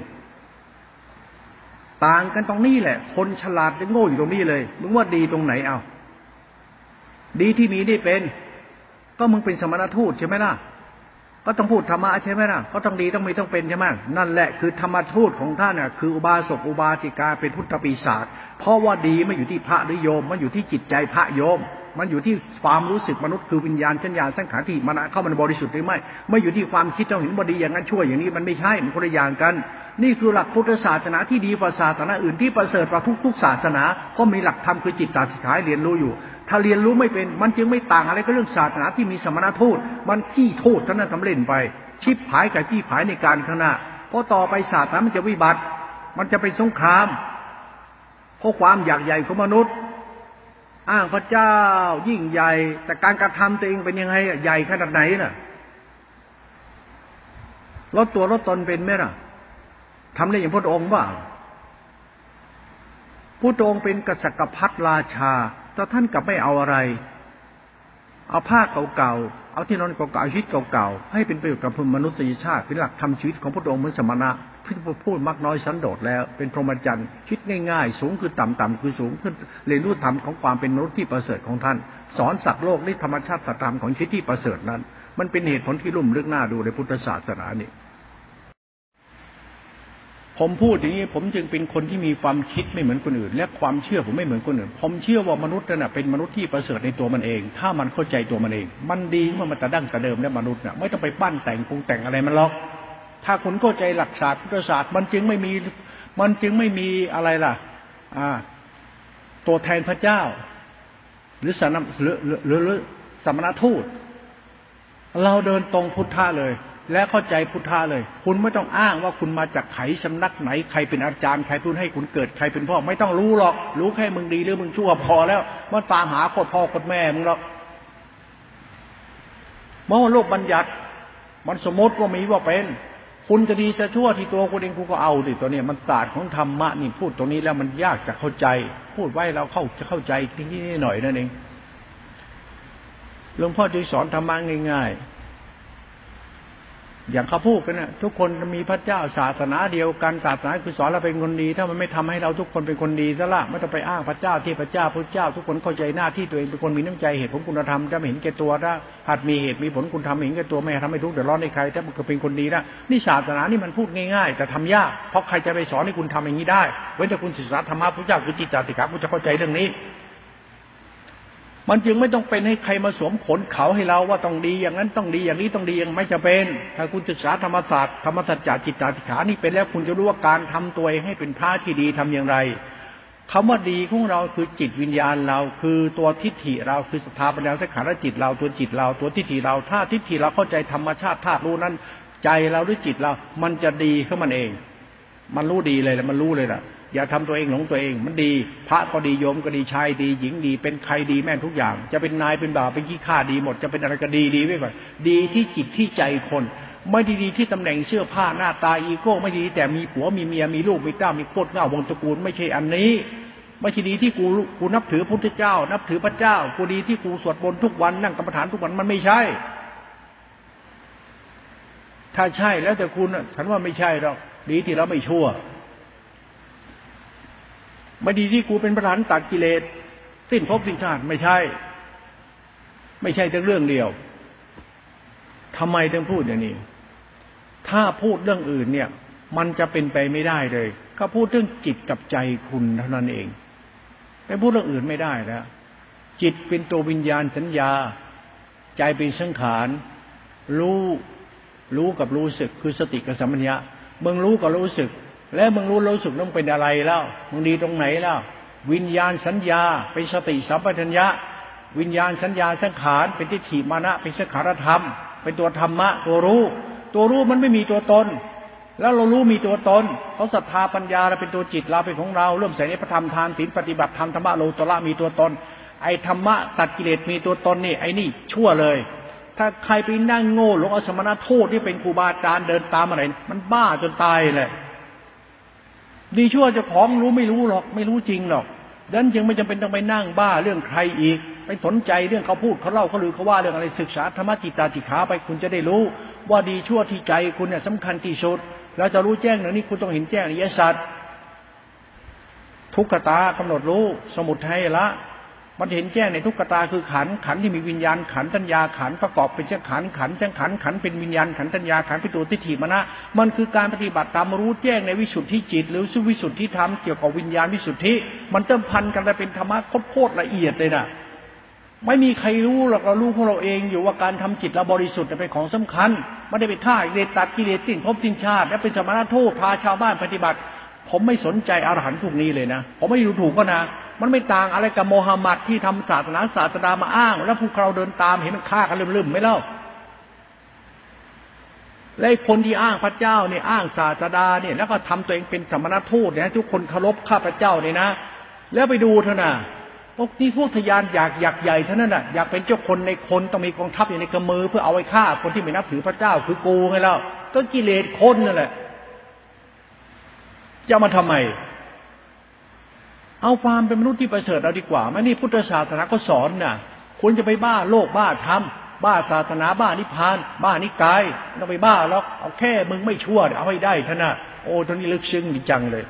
ต่างกันตรงนี้แหละคนฉลาดจะโง่อยู่ตรงนี้เลยมึงว่าดีตรงไหนเอาดีที่มีได้เป็นก็มึงเป็นสมณทูตใช่ไหมล่ะก็ต้องพูดธรรมะใช่ไหมล่ะก็ต้องดีต้องมีต้องเป็นใช่ไหมนั่นแหละคือธรรมทูตของท่านน่ะคืออุบาสกอุบาสิกาเป็นพุทธปีศาจเพราะว่าดีไม่อยู่ที่พระหรือโยมมันอยู่ที่จิตใจพระโยมมันอยู่ที่ความรู้สึกมนุษย์คือวิญญาณสัญญาสังขารที่มันเข้ามันบริสุทธิ์หรือไม่อยู่ที่ความคิดต้องเห็นว่าดีอย่างนั้นชั่วอย่างนี้มันไม่ใช่มันคนละอย่างกันนี่คือหลักพุทธศาสนาที่ดีกว่าศาสนาอื่นที่ประเสริฐกว่าทุกศาสนาก็มีหลักธรรมคือจิตตาสิกขาเรียนรู้อยู่ถ้าเรียนรู้ไม่เป็นมันจึงไม่ต่างอะไรกับเรื่องศาสนาที่มีสมณทูตมันขี้ทูตเท่านั้นทำเล่นไปชิบหายกับจี้ผายในการข้างหน้าเพราะต่อไปศาสนามันจะวิบัติมันจะเป็นสงครามเพราะความอยากใหญ่ของมนุษย์อ้างพระเจ้ายิ่งใหญ่แต่การกระทำตัวเองเป็นยังไงใหญ่ขนาดไหนน่ะลดตัวลดตนเป็นไหมล่ะทำได้อย่างพระองค์ว่าพระองค์เป็นกษัตริย์พรรดิราชาแต่ท่านกลับไม่เอาอะไรเอาผ้าเก่าๆเอาที่นอนเก่าๆชีวิตเก่าๆให้เป็นประโยชน์กับมนุษยชาติเป็นหลักทำชีวิตของพระองค์เหมือนสมณะที่พูดมักน้อยสันโดษแล้วเป็นพรหมจรรย์คิดง่ายๆสูงคือต่ำต่ำคือสูงขึ้นเรียนรู้ธรรมของความเป็นมนุษย์ที่ประเสริฐของท่านสอนสัตว์โลกในธรรมชาติธรรมของชีวิตที่ประเสริฐนั้นมันเป็นเหตุผลที่ลุ่มลึกน่าดูในพุทธศาสนานี่ผมพูดอย่างนี้ผมจึงเป็นคนที่มีความคิดไม่เหมือนคนอื่นและความเชื่อผมไม่เหมือนคนอื่นผมเชื่อว่ามนุษย์น่ะเป็นมนุษย์ที่ประเสริฐในตัวมันเองถ้ามันเข้าใจตัวมันเองมันดีเมื่อมันแต่ดั้งแต่เดิมแล้วมนุษย์น่ะไม่ต้องไปปั้นแต่งปรุงแต่งอะไรมันหรอกถ้าคุณเข้าใจหลักศาสตร์พุทธศาสตร์มันจึงไม่มีอะไรล่ะตัวแทนพระเจ้าหรือสมณทูตเราเดินตรงพุทธะเลยและเข้าใจพุทธะเลยคุณไม่ต้องอ้างว่าคุณมาจากไขสำนักไหนใครเป็นอาจารย์ใครพูดให้คุณเกิดใครเป็นพ่อไม่ต้องรู้หรอกรู้แค่มึงดีหรือมึงชั่วพอแล้วมันตามหาโคตรพ่อโคตรแม่มึงหรอกเมื่อโลกบัญญัติมันสมมติว่ามีว่าเป็นคุณจะดีจะชั่วที่ตัวคุณเองคุณก็เอาดิตัวเนี้ยมันศาสตร์ของธรรมะนี่พูดตรงนี้แล้วมันยากจะเข้าใจพูดไว้เราเข้าใจนิดหน่อยนั่นเองหลวงพ่อจะสอนธรรมะง่ายๆอย่างเขาพูดกันนะทุกคนมีพระเจ้าศาสนาเดียวกันศาสนาคือสอนเราเป็นคนดีถ้ามันไม่ทำให้เราทุกคนเป็นคนดีซะละไม่ต้องไปอ้างพระเจ้าที่พระเจ้าทุกคนเข้าใจหน้าที่ตัวเองเป็นคนมีน้ำใจเหตุผลคุณธรรมถ้าไม่เห็นแก่ตัวถ้าหัดมีเหตุมีผลคุณทำเห็นแก่ตัวไม่ทำให้ทุกข์เดือดร้อนในใครถ้ามันเป็นคนดีนะนี่ศาสนานี่มันพูดง่ายๆแต่ทำยากเพราะใครจะไปสอนให้คุณทำอย่างนี้ได้เว้นแต่คุณศึกษาธรรมะพระเจ้าคือจิตตติกะคุณจะเข้าใจเรื่องนี้มันจึงไม่ต้องเป็นให้ใครมาสวมขนเขาให้เราว่าต้องดีอย่างนั้นต้องดีอย่างนี้ต้องดีอย่างไม่จะเป็นถ้าคุณศึกษาธรรมศาสตร์ธรรมสัจจะจิตตติขานี่เป็นแล้วคุณจะรู้ว่าการทำตัวเองให้เป็นพระที่ดีทำอย่างไรคำว่าดีของเราคือจิตวิญญาณเราคือตัวทิฏฐิเราคือศรัทธาปัญญาสังขารจิตเราตัวจิตเราตัวทิฏฐิเราถ้าทิฏฐิเราเข้าใจธรรมชาติธาตุรู้นั้นใจเราหรือจิตเรามันจะดีขึ้นมันเองมันรู้ดีเลยแหละมันรู้เลยล่ะอย่าทำตัวเองหลงตัวเองมันดีพระก็ดีโยมก็ดีชายดีหญิงดีเป็นใครดีแม่นทุกอย่างจะเป็นนายเป็นบ่าวเป็นขี้ข้าดีหมดจะเป็นอะไรก็ดีไว้ก่อนดีที่จิตที่ใจคนไม่ดีที่ตำแหน่งเสื้อผ้าหน้าตาอีโก้ไม่ดีแต่มีผัวมีเมียมีลูกมีเต้ามีโคตรเง่าวงตระกูลไม่ใช่อันนี้ไม่ใช่ดีที่กูนับถือพระพุทธเจ้านับถือพระเจ้ากูดีที่กูสวดมนต์ทุกวันนั่งกรรมฐานทุกวันมันไม่ใช่ถ้าใช่แล้วแต่คุณฉันว่าไม่ใช่หรอกดีที่เราไม่ชั่วไม่ดีที่กูเป็นประธานตัดกิเลสสิ้นภพสิ้นชาติไม่ใช่แต่เรื่องเดียวทำไมต้องพูดอย่างนี้ถ้าพูดเรื่องอื่นเนี่ยมันจะเป็นไปไม่ได้เลยก็พูดเรื่องจิตกับใจคุณเท่านั้นเองไปพูดเรื่องอื่นไม่ได้แล้วจิตเป็นตัววิญญาณสัญญาใจเป็นสังขารรู้กับรู้สึกคือสติกับสัมปชัญญะมึงรู้กับรู้สึกแล้วมึงรู้สึกต้องเป็นอะไรแล้วมึงดีตรงไหนแล้ววิญญาณสัญญาเป็นสติสัมปชัญญะวิญญาณสัญญาสังขารเป็นทิฏฐิมานะเป็นสังขารธรรมเป็นตัวธรรมะตัวรู้มันไม่มีตัวตนแล้วเรารู้มีตัวตนเพราะศรัทธาปัญญาเราเป็นตัวจิตเราเป็นของเราเริ่มใส่ในพระธรรมทานศีลปฏิบัติธรรมธรรมะโลตระมีตัวตนไอ้ธรรมะตัดกิเลสมีตัวตนนี่ไอ้นี่ชั่วเลยถ้าใครไปนั่งโง่หลงอสมณโทษที่เป็นครูบาอาจารย์เดินตามอะไรมันบ้าจนตายเลยดีชั่วเจ้าของรู้ไม่รู้หรอกไม่รู้จริงหรอกดังนั้นจึงไม่จำเป็นต้องไปนั่งบ้าเรื่องใครอีกไปสนใจเรื่องเขาพูดเขาเล่าเขาลือเขาว่าเรื่องอะไรศึกษาธรรมะจิตตาจิขาไปคุณจะได้รู้ว่าดีชั่วที่ใจคุณเนี่ยสำคัญที่สุดแล้วจะรู้แจ้งเรื่องนี้คุณต้องเห็นแจ้งอริยสัจทุกขตากำหนดรู้สมุทัยละมันเห็นแจ้งในทุกขตาคือขันที่มีวิญญาณขันธัญญาขันประกอบเป็นขันเป็นวิญญาณขันธัญญาขันเป็นตัวทิฏฐิมานะมันคือการปฏิบัติตามรู้แจ้งในวิสุทธิจิตหรือวิสุทธิธรรมเกี่ยวกับวิญญาณวิสุทธิมันเติมพันกันเป็นธรรมะโคตรละเอียดเลยนะไม่มีใครรู้หรอกเรารู้ของเราเองอยู่ว่าการทำจิตเราบริสุทธิ์เป็นของสำคัญไม่ได้ไปท่ากิเลสตัดกิเลสสิ้นภพสิ้นชาติและเป็นสมณโทษพาชาวบ้านปฏิบัติผมไม่สนใจอรหันต์พวกนี้เลยนะผมไม่ดูถูกก็นะมันไม่ต่างอะไรกับโมฮัมหมัดที่ทำศาสดามาอ้างแล้วพวกเราเดินตามเห็นมันฆ่ากันลืมๆไม่เล่าและคนที่อ้างพระเจ้าเนี่ยอ้างศาสดาเนี่ยแล้วก็ทำตัวเองเป็นสมณทูตเนี่ยทุกคนเคารพข้าพเจ้าเนี่ยนะแล้วไปดูเถอะนะพวกนี้พวกทยานอยากใหญ่เท่านั้นน่ะอยากเป็นเจ้าคนในคนต้องมีกองทัพอยู่ในกำมือเพื่อเอาไว้ฆ่าคนที่ไม่นับถือพระเจ้าคือกูไงแล้วก็กิเลสคนนั่นแหละจะมาทำไมเอาความเป็นมนุษย์ที่ประเสริฐเอาดีกว่าไม่นี่พุทธศาสนาก็สอนน่ะคุณจะไปบ้าโลกบ้าธรรมบ้าศาสนาบ้านิพพานบ้านิกายไม่ต้องไปบ้าหรอกเอาแค่มึงไม่ชั่วเอาให้ได้เท่านั้นโอ้ตอนนี้ลึกซึ้งดีจังเลย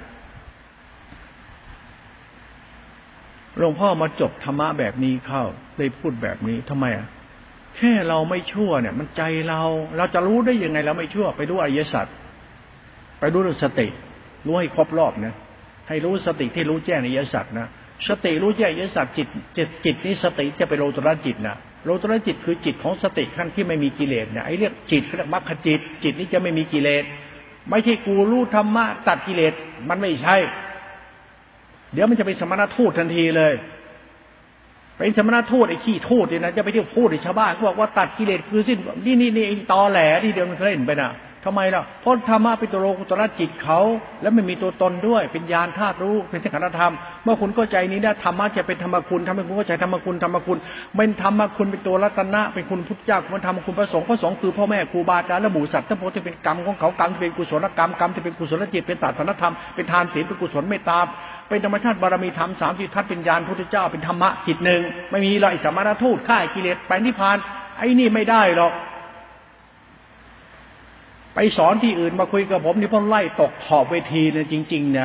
หลวงพ่อมาจบธรรมะแบบนี้เข้าได้พูดแบบนี้ทำไมอ่ะแค่เราไม่ชั่วเนี่ยมันใจเราจะรู้ได้ยังไงเราไม่ชั่วไปดูอริยสัจไปดูเรื่องสติรู้ให้ครบรอบนะให้รู้สติที่รู้แจ้งอริยสัจนะสติรู้แจ้งอริยสัจจิตนี้สติจะไปโลตระจิตนะโลตระจิตคือจิตของสติขั้นที่ไม่มีกิเลสเนี่ยไอ้เรียกจิตเรียกมรรคจิตนี้จะไม่มีกิเลสไม่ใช่กูรู้ธรรมะตัดกิเลสมันไม่ใช่เดี๋ยวมันจะเป็นสมณทูตทันทีเลยเป็นสมณทูตไอ้ขี้ทูตเนี่ยนะจะไปเที่ยวพูดให้ชาวบ้านเขาบอกว่าตัดกิเลสคือสิ้นนี่ไอ้ตอแหลที่เดียวมันเล่นไปนะทำไมล่ะเพราะธรรมะเป็นตัวโลกุตระจิตเขาแล้วไม่มีตัวตนด้วยเป็นญาณธาตุรู้เป็นสังขารธรรมเมื่อคุณเข้าใจนี้นะธรรมะจะเป็นธรรมคุณทำให้คุณเข้าใจธรรมคุณเป็นธรรมคุณเป็นตัวรัตนะเป็นคุณพุทธเจ้าคุณธรรมคุณพระสงฆ์คือพ่อแม่ครูบาอาจารย์และหมู่สัตว์ทั้งหมดที่เป็นกรรมของเขากรรมที่เป็นกุศลกรรมที่เป็นกุศลจิตเป็นศาสนธรรมเป็นทานศีลเป็นกุศลเมตตาเป็นธรรมชาติบารมีธรรม30ทัศน์เป็นญาณพุทธเจ้าเป็นธรรมะจิตหนึ่งไม่มีหรอกไอ้สมณทูตฆ่ากิเลสไปนิพพานไอ้นี่ไม่ได้หรอกไปสอนที่อื่นมาคุยกับผมนี่พ่อไล่ตกขอบเวทีเลยจริงๆนะ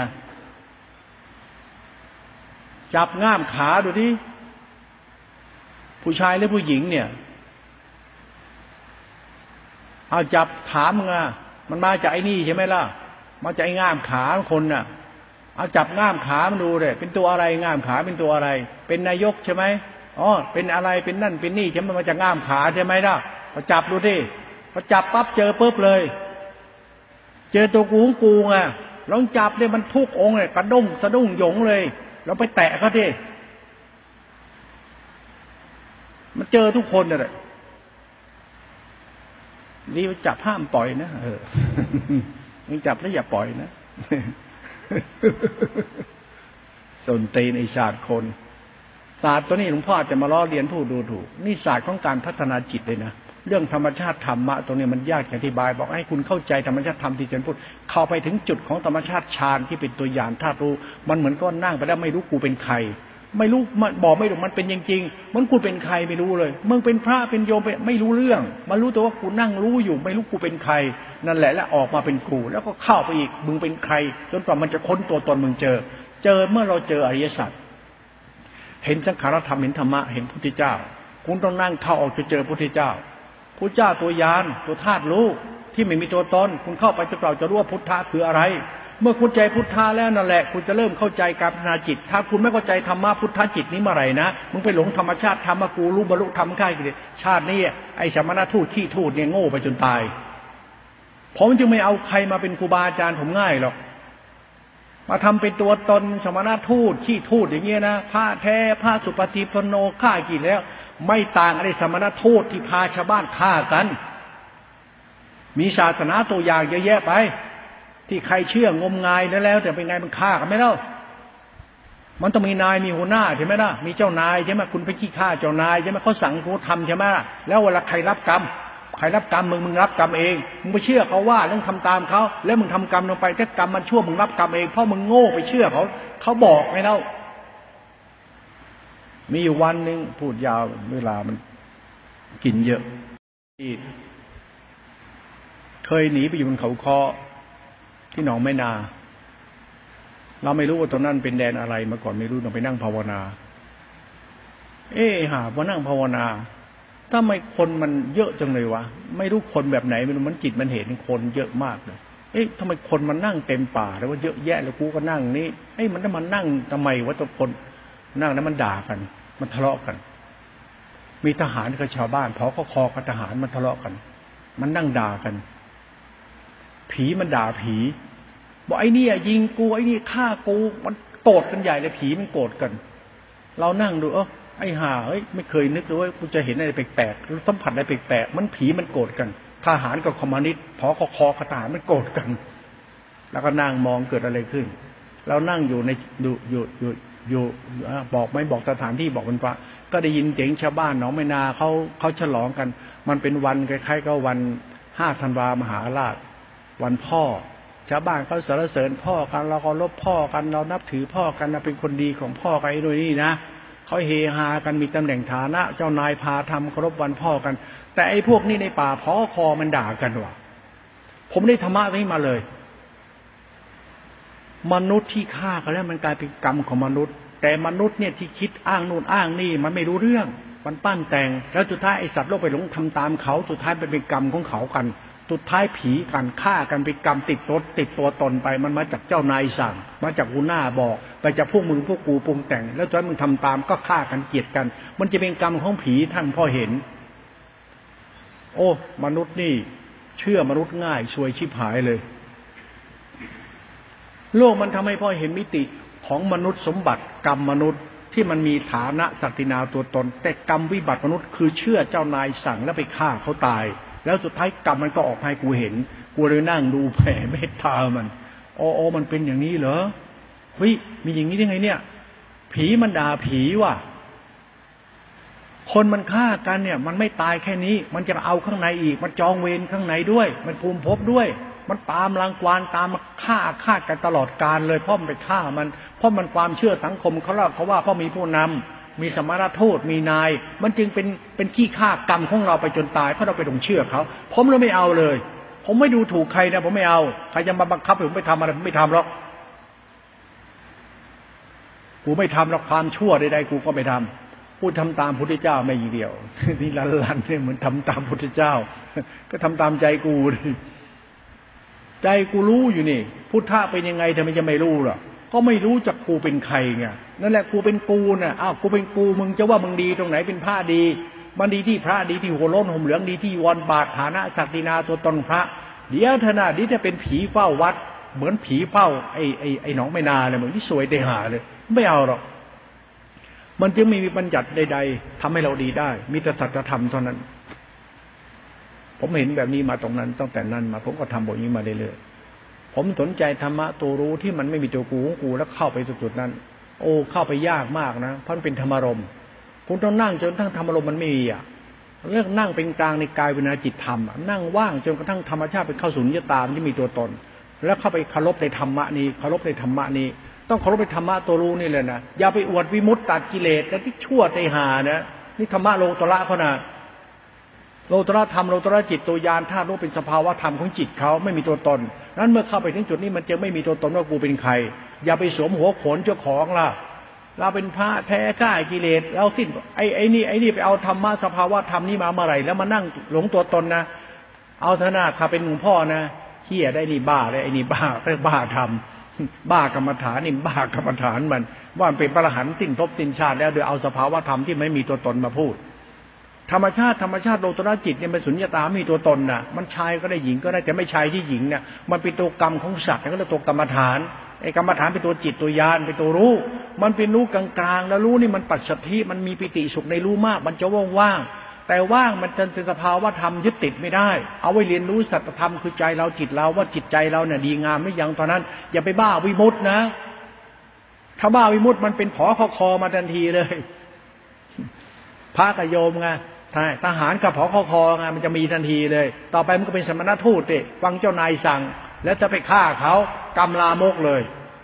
จับง่ามขาดูดิผู้ชายหรือผู้หญิงเนี่ยเอาจับถามมันมาจากไอ้นี่ใช่ไหมล่ะมาจากไอ้ง่ามขาคนน่ะเอาจับง่ามขามันดูเลยเป็นตัวอะไรง่ามขาเป็นตัวอะไรเป็นนายกใช่ไหมอ๋อเป็นอะไรเป็นนั่นเป็นนี่ใช่ไหมมาจากง่ามขาใช่ไหมล่ะพอจับดูดิพอจับปั๊บเจอปุ๊บเลยเจอตัวกูไงลองจับเนี่ยมันทุกองเลยกระด้งสะดุ้งหยงเลยเราไปแตะเขาดิมันเจอทุกคนเลยนี่จับห้ามปล่อยนะมึงจับแล้วอย่าปล่อยนะส่วนตีนไอศาสตร์คนศาสตร์ตัวนี้หลวงพ่อจะมาล้อเลียนผู้ดูถูกนี่ศาสตร์ของการพัฒนาจิตเลยนะเรื่องธรรมชาติธรรมะตรงนี้มันยากอธิบายบอกให้คุณเข้าใจธรรมชาติธรรมที่ฉันพูดเข้าไปถึงจุดของธรรมชาติฌานที่เป็นตัวอย่างธาตุรู้มันเหมือนก็นั่งไปแล้วไม่รู้กูเป็นใครไม่รู้มันบอกไม่รู้มันเป็นจริงๆมันกูเป็นใครไม่รู้เลยมึงเป็นพระเป็นโยมไม่รู้เรื่องมันรู้แต่ว่ากูนั่งรู้อยู่ไม่รู้กูเป็นใครนั่นแหละแล้วออกมาเป็นกูแล้วก็เข้าไปอีกมึงเป็นใครจนกว่ามันจะค้นตัวตนมึงเจอเมื่อเราเจออริยสัจเห็นสังขารธรรมเห็นธรรมะเห็นพุทธเจ้าคุณต้องนั่งเข้าออกจะเจอพุทธเจ้าพุทธเจ้าตัวยานตัวธาตุรู้ที่ไม่มีตัวตนคุณเข้าไปจะเปล่าจะรู้ว่าพุทธะคืออะไรเมื่อคุณใจพุทธะแล้วนั่นแหละคุณจะเริ่มเข้าใจการพัฒนาจิตถ้าคุณไม่เข้าใจธรรมะพุทธะจิตนี้เมื่อไหร่นะมึงไปหลงธรรมชาติธรรมะกูรู้บรรลุธรรมค่ายกิชาตินี้ไอ้สมณทูตขี้ทูตเนี่ยโง่ไปจนตายผมจึงไม่เอาใครมาเป็นครูบาอาจารย์ผมง่ายหรอกมาทำเป็นตัวตนสมณทูตขี้ทูตอย่างเงี้ยนะพระแท้พระสุปฏิปันโนฆ่ากี่แล้วไม่ต่างอะไรสมณทูตที่พาชาวบ้านฆ่ากันมีศาสนาตัวอย่างเยอะแยะไปที่ใครเชื่องมงายแล้วแต่เป็นไงมันฆ่ากันไม่เล่ามันต้องมีนายมีหัวหน้าใช่ไหมล่ะมีเจ้านายใช่ไหมคุณไปขี้ฆ่าเจ้านายใช่ไหมเขาสั่งคุณทำใช่ไหมแล้วเวลาใครรับกรรมมึงรับกรรมเองมึงไปเชื่อเขาว่าต้องทำตามเขาแล้วมึงทำกรรมลงไปถ้ากรรมมันชั่วมึงรับกรรมเองเพราะมึงโง่ไปเชื่อเขาบอกไงเล่ามีอยู่วันหนึ่งพูดยาวเวลามันกินเยอะเคยหนีไปอยู่บนเขาคอที่หนองแม่นาเราไม่รู้ว่าตรงนั้นเป็นแดนอะไรมาก่อนไม่รู้ต้องไปนั่งภาวนาหาว่านั่งภาวนาทำไมคนมันเยอะจังเลยวะไม่รู้คนแบบไหนไม่รู้มันจิตมันเห็นคนเยอะมากเลยทำไมคนมันนั่งเต็มป่าแล้วว่าเยอะแยะแล้วกูก็นั่งนี่มันจะมานั่งทำไมวะตัวคนนั่งแล้วมันด่ากันมันทะเลาะกันมีทหารกับชาวบ้านพอก็คอกับทหารมันทะเลาะกันมันนั่งด่ากันผีมันด่าผีบอกไอ้นี่ยิงกูไอ้นี่ฆ่ากูมันโกรธกันใหญ่เลยผีมันโกรธกันเรานั่งดูไอ้ห่าไม่เคยนึกเลยว่ากูจะเห็นอะไรแปลกๆสัมผัสอะไรแปลกๆมันผีมันโกรธกันทหารกับคอมมิวนิสต์พอก็คอกับทหารมันโกรธกันแล้วก็นั่งมองเกิดอะไรขึ้นเรานั่งอยู่ในอยู่บอกไม่บอกสถานที่บอกเป็นพระก็ได้ยินเสียงชาวบ้านหนองแม่นาเขาฉลองกันมันเป็นวันคล้ายๆก็วัน5 ธันวามหาราชวันพ่อชาวบ้านเขาสรรเสริญพ่อกันเราเคารพพ่อกันเรานับถือพ่อกันเราเป็นคนดีของพ่อกันไอ้ด้วยนี่นะเขาเฮฮากันมีตำแหน่งฐานะเจ้านายพาทำเคารพวันพ่อกันแต่ไอ้พวกนี้ในป่าพอคอมันด่ากันว่ะผมได้ธรรมะนี้มาเลยมนุษย์ที่ฆ่ากันแล้วมันกลายเป็นกรรมของมนุษย์แต่มนุษย์เนี่ยที่คิดอ้างนู่นอ้างนี่มันไม่รู้เรื่องมันปั้นแต่งแล้วสุดท้ายไอ้สัตว์โลกไปหลงทำตามเขาสุดท้ายเป็นกรรมของเขากันสุดท้ายผีกันฆ่ากันเป็นกรรมติดตัวตนไปมันมาจากเจ้านายสั่งมาจากหัวหน้าบอกไปจากพวกมึงพวกกูปรุงแต่งแล้วจนมึงทำตามก็ฆ่ากันเกลียดกันมันจะเป็นกรรมของผีท่านพ่อเห็นมนุษย์นี่เชื่อมนุษย์ง่ายซวยชิบหายเลยโลกมันทำให้พ่อเห็นมิติของมนุษย์สมบัติกรรมมนุษย์ที่มันมีฐานะศักดินาตัวตนแต่กรรมวิบัติมนุษย์คือเชื่อเจ้านายสั่งแล้วไปฆ่าเขาตายแล้วสุดท้ายกรรมมันก็ออกให้กูเห็นกูเลยนั่งดูแผ่เมตตามันมันเป็นอย่างนี้เหรอเฮ้ยมีอย่างนี้ได้ไงเนี่ยผีมันด่าผีว่ะคนมันฆ่ากันเนี่ยมันไม่ตายแค่นี้มันจะเอาข้างในอีกมันจองเวรข้างในด้วยมันภูมิภพด้วยมันตามรังควานตามมาฆ่ากันตลอดกาลเลยเพราะมันไปฆ่ามันเพราะมันความเชื่อสังคมเขาว่าเพราะมีผู้นำมีสมณทูตมีนายมันจึงเป็นขี้ฆ่ากรรมของเราไปจนตายเพราะเราไปหลงเชื่อเขาผมเลยไม่เอาเลยผมไม่ดูถูกใครนะผมไม่เอาใครจะมาบังคับผมไปทำอะไรผมไม่ทำหรอกกูไม่ทำหรอกความชั่วใดๆกูก็ไม่ทำพูดทำตามพุทธเจ้าไม่อย่างเดียวนี่ลันๆเนี่ยเหมือนทำตามพุทธเจ้าก็ทำตามใจกูใจกูรู้อยู่นี่พุทธะเป็นยังไงทำไมจะไม่รู้ล่ะก็ไม่รู้จักกูเป็นใครไงนั่นแหละกูเป็นกูน่ะอ้าวกูเป็นกูมึงจะว่ามึงดีตรงไหนเป็นพระดีมันดีที่พระดีที่หัวโล้นห่มเหลืองดีที่วรบาทฐานะศักดินาตัวตนพระเดี๋ยวเถอะนะนี่จะเป็นผีเฝ้าวัดเหมือนผีเฝ้าไอ้หนองไม่นาเลยเหมือนที่สวยได้หาเลยไม่เอาหรอกมันจึงไม่มีบัญญัติใดๆทำให้เราดีได้มีแต่สัจธรรมเท่านั้นผมเห็นแบบนี้มาตรงนั้นตั้งแต่นั้นมาผมก็ทำแบบนี้มาเรื่อยๆผมสนใจธรรมะตัวรู้ที่มันไม่มีตัวกูของกูแล้วเข้าไปจุดนั้นโอ้เข้าไปยากมากนะเพราะมันเป็นธรรมารมณ์คุณต้องนั่งจนทั้งธรรมารมณ์มันไม่มีอ่ะเรื่องนั่งเป็นกลางในกายวิญญาณจิตธรรมนั่งว่างจนกระทั่งธรรมชาติเป็นเข้าสู่นิยตามที่มีตัวตนแล้วเข้าไปเคารพในธรรมะนี้เคารพในธรรมะนี้ต้องเคารพในธรรมะตัวรู้นี่เลยนะอย่าไปอวดวิมุตติตัดกิเลสแต่ที่ชั่วใจหานะนี่ธรรมะโลตระเขานะโลตระธรรมโลตระจิตตัวยานธาตุรู้เป็นสภาวะธรรมของจิตเขาไม่มีตัวตนนั้นเมื่อเข้าไปถึงจุดนี้มันจะไม่มีตัวตนว่ากูเป็นใครอย่าไปสวมหัวโขนเจ้าของล่ะเราเป็นพระแท้กล้ากิเลสเราสิ้นไอ้นี่ไปเอาธรรมะสภาวะธรรมนี้มาเมื่อไหร่แล้วมานั่งหลงตัวตนนะเอาเถอะนะข้าเป็นหลวงพ่อนะเหี้ยได้นี่บ้าเลยไอ้นี่บ้าเรียกบ้าธรรมบ้ากรรมฐานนี่บ้ากรรมฐานมันว่ามันเป็นพระอรหันต์สิ้นภพสิ้นชาติแล้วโดยเอาสภาวะธรรมที่ไม่มีตัวตนมาพูดธรรมชาติโลตระจิตเนี่ยมันสุญญตาไม่มีตัวตนน่ะมันชายก็ได้หญิงก็ได้แต่ไม่ชายที่หญิงเนี่ยมันเป็นตัวกรรมของสัตว์แล้วก็ตัวกรรมฐานไอ้กรรมฐานเป็นตัวจิตตัวยานเป็นตัวรู้มันเป็นรู้กลางๆแล้วรู้นี่มันปัจสัทธิมันมีปิติสุขในรู้มากมันจะว่างๆแต่ว่างมันเป็นสภาวะธรรมยึดติดไม่ได้เอาไว้เรียนรู้สัจธรรมคือใจเราจิตเราว่าจิตใจเราเนี่ยดีงามไม่ยังตอนนั้นอย่าไปบ้าวิมุตตินะถ้าบ้าวิมุตติมันเป็นผอคอมาทันทีเลยพระกับโยมไงทหารกับผอคอไงมันจะมีทันทีเลยต่อไปมันก็เป็นสมณทูตดิฟังเจ้านายสั่งแล้วจะไปฆ่าเขากรรมลามกเลย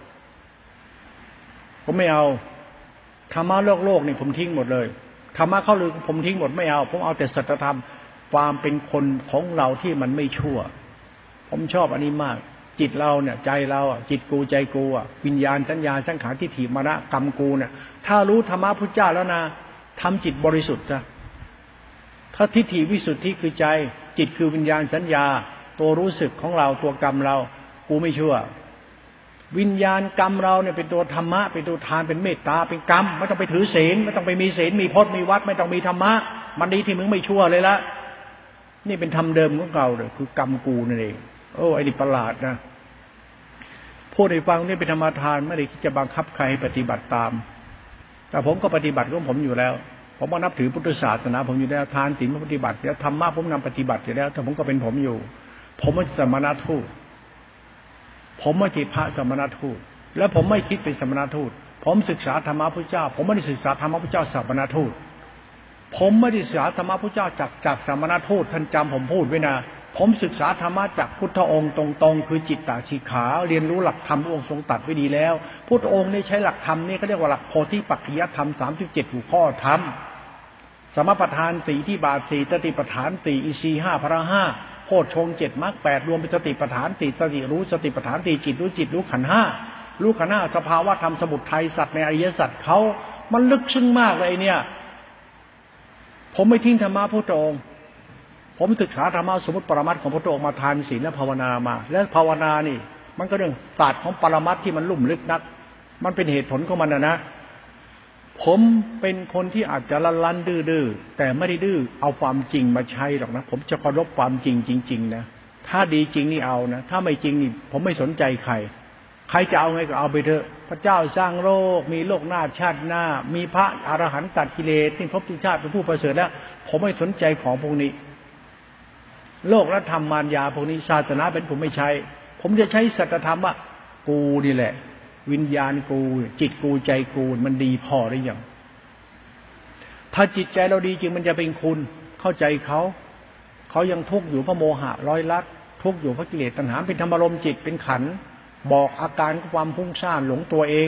ผมไม่เอาธรรมะโลกนี่ผมทิ้งหมดเลยธรรมะเข้าลึกผมทิ้งหมดไม่เอาผมเอาแต่สัจธรรมความเป็นคนของเราที่มันไม่ชั่วผมชอบอันนี้มากจิตเราเนี่ยใจเราจิตกูใจกูวิญญาณสัญญาสังขารทิฏฐิมรณะกรรมกูเนี่ยถ้ารู้ธรรมะพุทธเจ้าแล้วนะทำจิตบริสุทธิ์จ้ะถ้าทิฏฐิวิสุทธิคือใจจิตคือวิญญาณสัญญาตัวรู้สึกของเราตัวกรรมเรากูไม่ชั่ววิญญาณกรรมเราเนี่ยเป็นตัวธรรมะเป็นตัวทานเป็นเมตตาเป็นกรรมไม่ต้องไปถือศีลไม่ต้องไปมีศีลมีพจน์มีวัดไม่ต้องมีธรรมะมันดีที่มึงไม่ชั่วเลยละนี่เป็นธรรมเดิมของเราเลยคือกรรมกูนั่นเองโอ้ไอ้นี่ประหลาดนะพูดให้ฟังนี่เป็นธรรมทานไม่ได้คิดจะบังคับใครให้ปฏิบัติตามแต่ผมก็ปฏิบัติของผมอยู่แล้วผมก็นับถือพุทธศาสนาผมอยู่แล้วทานศีลปฏิบัติแล้วธรรมะผมนำปฏิบัติอยู่แล้วแต่ผมก็เป็นผมอยู่ผมไม่สมณทูตผมไม่ใช่พระสมณทูตและผมไม่คิดเป็นสมณทูตผมศึกษาธรรมะพุทธเจ้าผมไม่ได้ศึกษาธรรมะพุทธเจ้าสมณทูตผมไม่ได้ศึกษาธรรมะพุทธเจ้าจากสมณทูตท่านจำผมพูดไว้นะผมศึกษาธรรมะจากพุทธองค์ตรงๆคือจิตตชิขาเรียนรู้หลักธรรมองค์ทรงตัดไว้ดีแล้วพุทธองค์นี่ใช้หลักธรรมนี่เขาเรียกว่าหลักโพธิปักขิยธรรม37หัวข้อธรรมสมปทาน4ที่บาท4สติปัฏฐาน4อินทรีย์5พละ5โพชฌงค์7มรรค8รวมเป็นสติปัฏฐาน4สติรู้สติปัฏฐาน4จิตรู้ขันธ์5รู้ขันธ์5สภาวะธรรมสมุทัยสัตว์ในอริยสัจเขามันลึกซึ้งมากเลยเนี่ยผมไม่ทิ้งธรรมะพุทธองค์ผมศึกษาธรรมะสมมุติปรมัตถ์ของพุทธองค์มาทานศีลและภาวนามาและภาวนานี่มันก็เรื่องศาสตร์ของปรมัตถ์ที่มันลุ่มลึกนักมันเป็นเหตุผลของมันนะผมเป็นคนที่อาจจะลันดื้อแต่ไม่ได้ดื้อเอาความจริงมาใช้หรอกนะผมจะเคารพความจริงจริงๆนะถ้าดีจริงนี่เอานะถ้าไม่จริงนี่ผมไม่สนใจใครจะเอาไงก็เอาไปเถอะพระเจ้าสร้างโลกมีโลกหน้าชาติหน้ามีพระอรหันต์ตัดกิเลสที่พบทุกชาติเป็นผู้ประเสริฐแล้วผมไม่สนใจของพวกนี้โลกและธรรมมารยาพวกนี้ศาสนาเป็นผมไม่ใช้ผมจะใช้สัจธรรมว่ากูนี่แหละวิญญาณกูจิตกูใจกูมันดีพอหรือยังถ้าจิตใจเราดีจริงมันจะเป็นคุณเข้าใจเขายังทุกข์อยู่เพราะโมหะร้อยลัดทุกข์อยู่เพราะกิเลสตัณหาเป็นธรรมารมณ์จิตเป็นขันธ์บอกอาการความฟุ้งซ่านหลงตัวเอง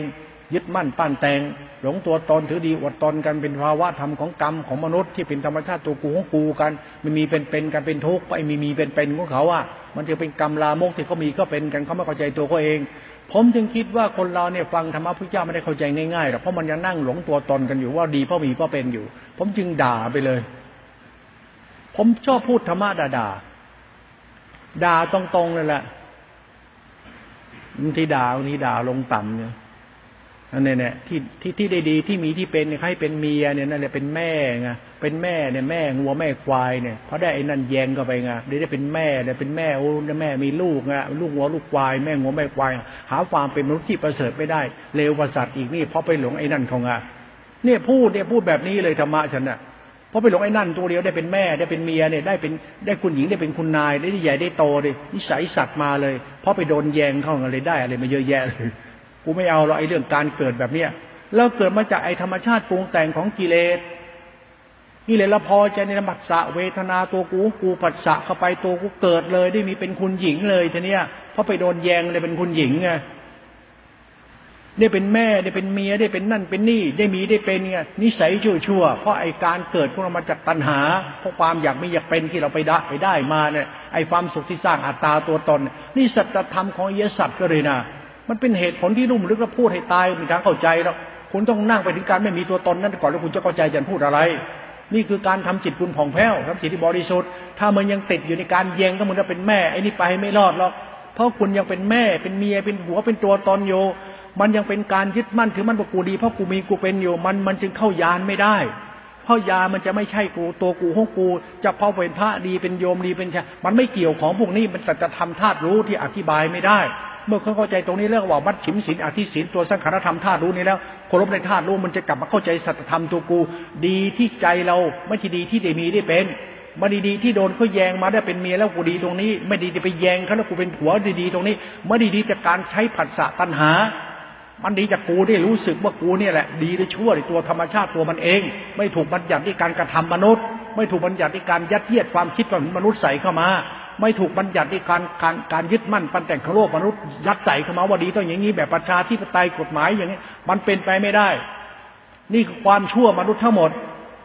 ยึดมั่นปั้นแต่งหลงตัวตนถือดีอวดตนกันเป็นภาวะธรรมของกรรมของมนุษย์ที่เป็นธรรมชาติตัวกูของกูกันไม่มีเป็นกันเป็นทุกข์ไปมีเป็นของเขาอ่ะมันจะเป็นกรรมลามกที่เขามีก็เป็นกันเขาไม่เข้าใจตัวเขาเองผมจึงคิดว่าคนเราเนี่ยฟังธรรมะพุทธเจ้าไม่ได้เข้าใจง่ายๆหรอกเพราะมันยังนั่งหลงตัวตนกันอยู่ว่าดีเพราะมีเพราะเป็นอยู่ผมจึงด่าไปเลยผมชอบพูดธรรมะด่าตรงๆเลยแหละบางทีด่าลงต่ำเนี่ยอันนี้เนี่ยที่ได้ดีที่มีที่เป็นเนี่ยใครเป็นเมียเนี่ยนั่นแหละเป็นแม่ไงเป็นแม่เนี่ยแม่งัวแม่ควายเนี่ยเพราะได้ไอ้นั่นแยงเข้าไปไงได้เป็นแม่เนี่ยเป็นแม่โอ้แม่มีลูกไงลูกงัวลูกควายแม่งัวแม่ควายหาความเป็นมนุษย์ที่ประเสริฐไม่ได้เลวประสาทอีกนี่เพราะไปหลงไอ้นั่นเขาไงเนี่ยพูดแบบนี้เลยธรรมะฉันน่ะเพราะไปหลงไอ้นั่นตัวเดียวได้เป็นแม่ได้เป็นเมียเนี่ยได้คุณหญิงได้เป็นคุณนายได้ใหญ่ได้โตเลยนิสัยสัตว์มาเลยเพราะไปโดนแยงเข้ากันเลยได้อะไรมาเยอะแยะเลยกูไม่เอาหรอกไอ้เรื่องการเกิดแบบเนี้ยแล้วเกิดมาจากไอ้ธรรมชาติปรุงแต่งของกิเลสนี่เลยละพอใจในผัสสะเวทนาตัวกูผัสสะเข้าไปตัวกูเกิดเลยได้มีเป็นคุณหญิงเลยทีเนี้ยเพราะไปโดนแยงเลยเป็นคุณหญิงไงได้เป็นแม่ได้เป็นเมียได้เป็นนั่นเป็นนี่ได้มีได้เป็นไงนิสัยชั่วเพราะไอ้การเกิดพวกเรามาจากตัณหาเพราะความอยากไม่อยากเป็นที่เราไปได้มาเนี่ยไอ้ความสุขที่สร้างอัตตาตัวตนนี่สัจธรรมของอริยสัจก็เลยนะมันเป็นเหตุผลที่ลุ่มลึกแล้วพูดให้ตายมีทางเข้าใจแล้วคุณต้องนั่งไปถึงการไม่มีตัวตนนั่นก่อนแล้วคุณจะเข้าใจจะพูดอะไรนี่คือการทำจิตคุณผ่องแผ้วทำจิตที่บริสุทธิ์ถ้ามันยังติดอยู่ในการแยงก็มันจะเป็นแม่ไอ้นี่ไปไม่รอดหรอกเพราะคุณยังเป็นแม่เป็นเมียเป็นหัวเป็นตัวตนอยู่มันยังเป็นการยึดมั่นถือมั่นว่ากูดีเพราะกูมีกูเป็นอยู่มันจึงเข้ายานไม่ได้เพราะยามันจะไม่ใช่กูตัวกูของกูจะเพราะเป็นพระดีเป็นโยมดีเป็นชามันไม่เกี่ยวของพวกนี้มันสัจธรรมธาตุรู้ที่อธิบายไม่ได้เมื่อเข้าใจตรงนี้เรื่องว่ามัดฉิมศีลอธิศีลตัวสังขารธรรมธาตุรู้นี้แล้วเคารพในธาตุรู้มันจะกลับมาเข้าใจสัจธรรมตัวกูดีที่ใจเราไม่ใช่ดีที่ได้มีได้เป็นไม่ดีที่โดนเขาแยงมาได้เป็นเมียแล้วกูดีตรงนี้ไม่ดีไปแยงเขาแล้วกูเป็นผัวดีตรงนี้ไม่ดีจากการใช้ผัสสะตัณหามันดีจากกูได้รู้สึกว่ากูเนี่ยแหละดีหรือชั่วในตัวธรรมชาติตัวมันเองไม่ถูกบัญญัติด้วยการกระทำมนุษย์ไม่ถูกบัญญัติด้วยการยัดเยียดความคิดของมนุษย์ใส่เข้ามาไม่ถูกบัญญัติด้วยการยึดมั่นปันแต่งของโลกมนุษย์ยัดใส่เข้ามาว่าดีต้องอย่างนี้แบบประชาธิปไตยกฎหมายอย่างนี้มันเป็นไปไม่ได้นี่คือความชั่วมนุษย์ทั้งหมด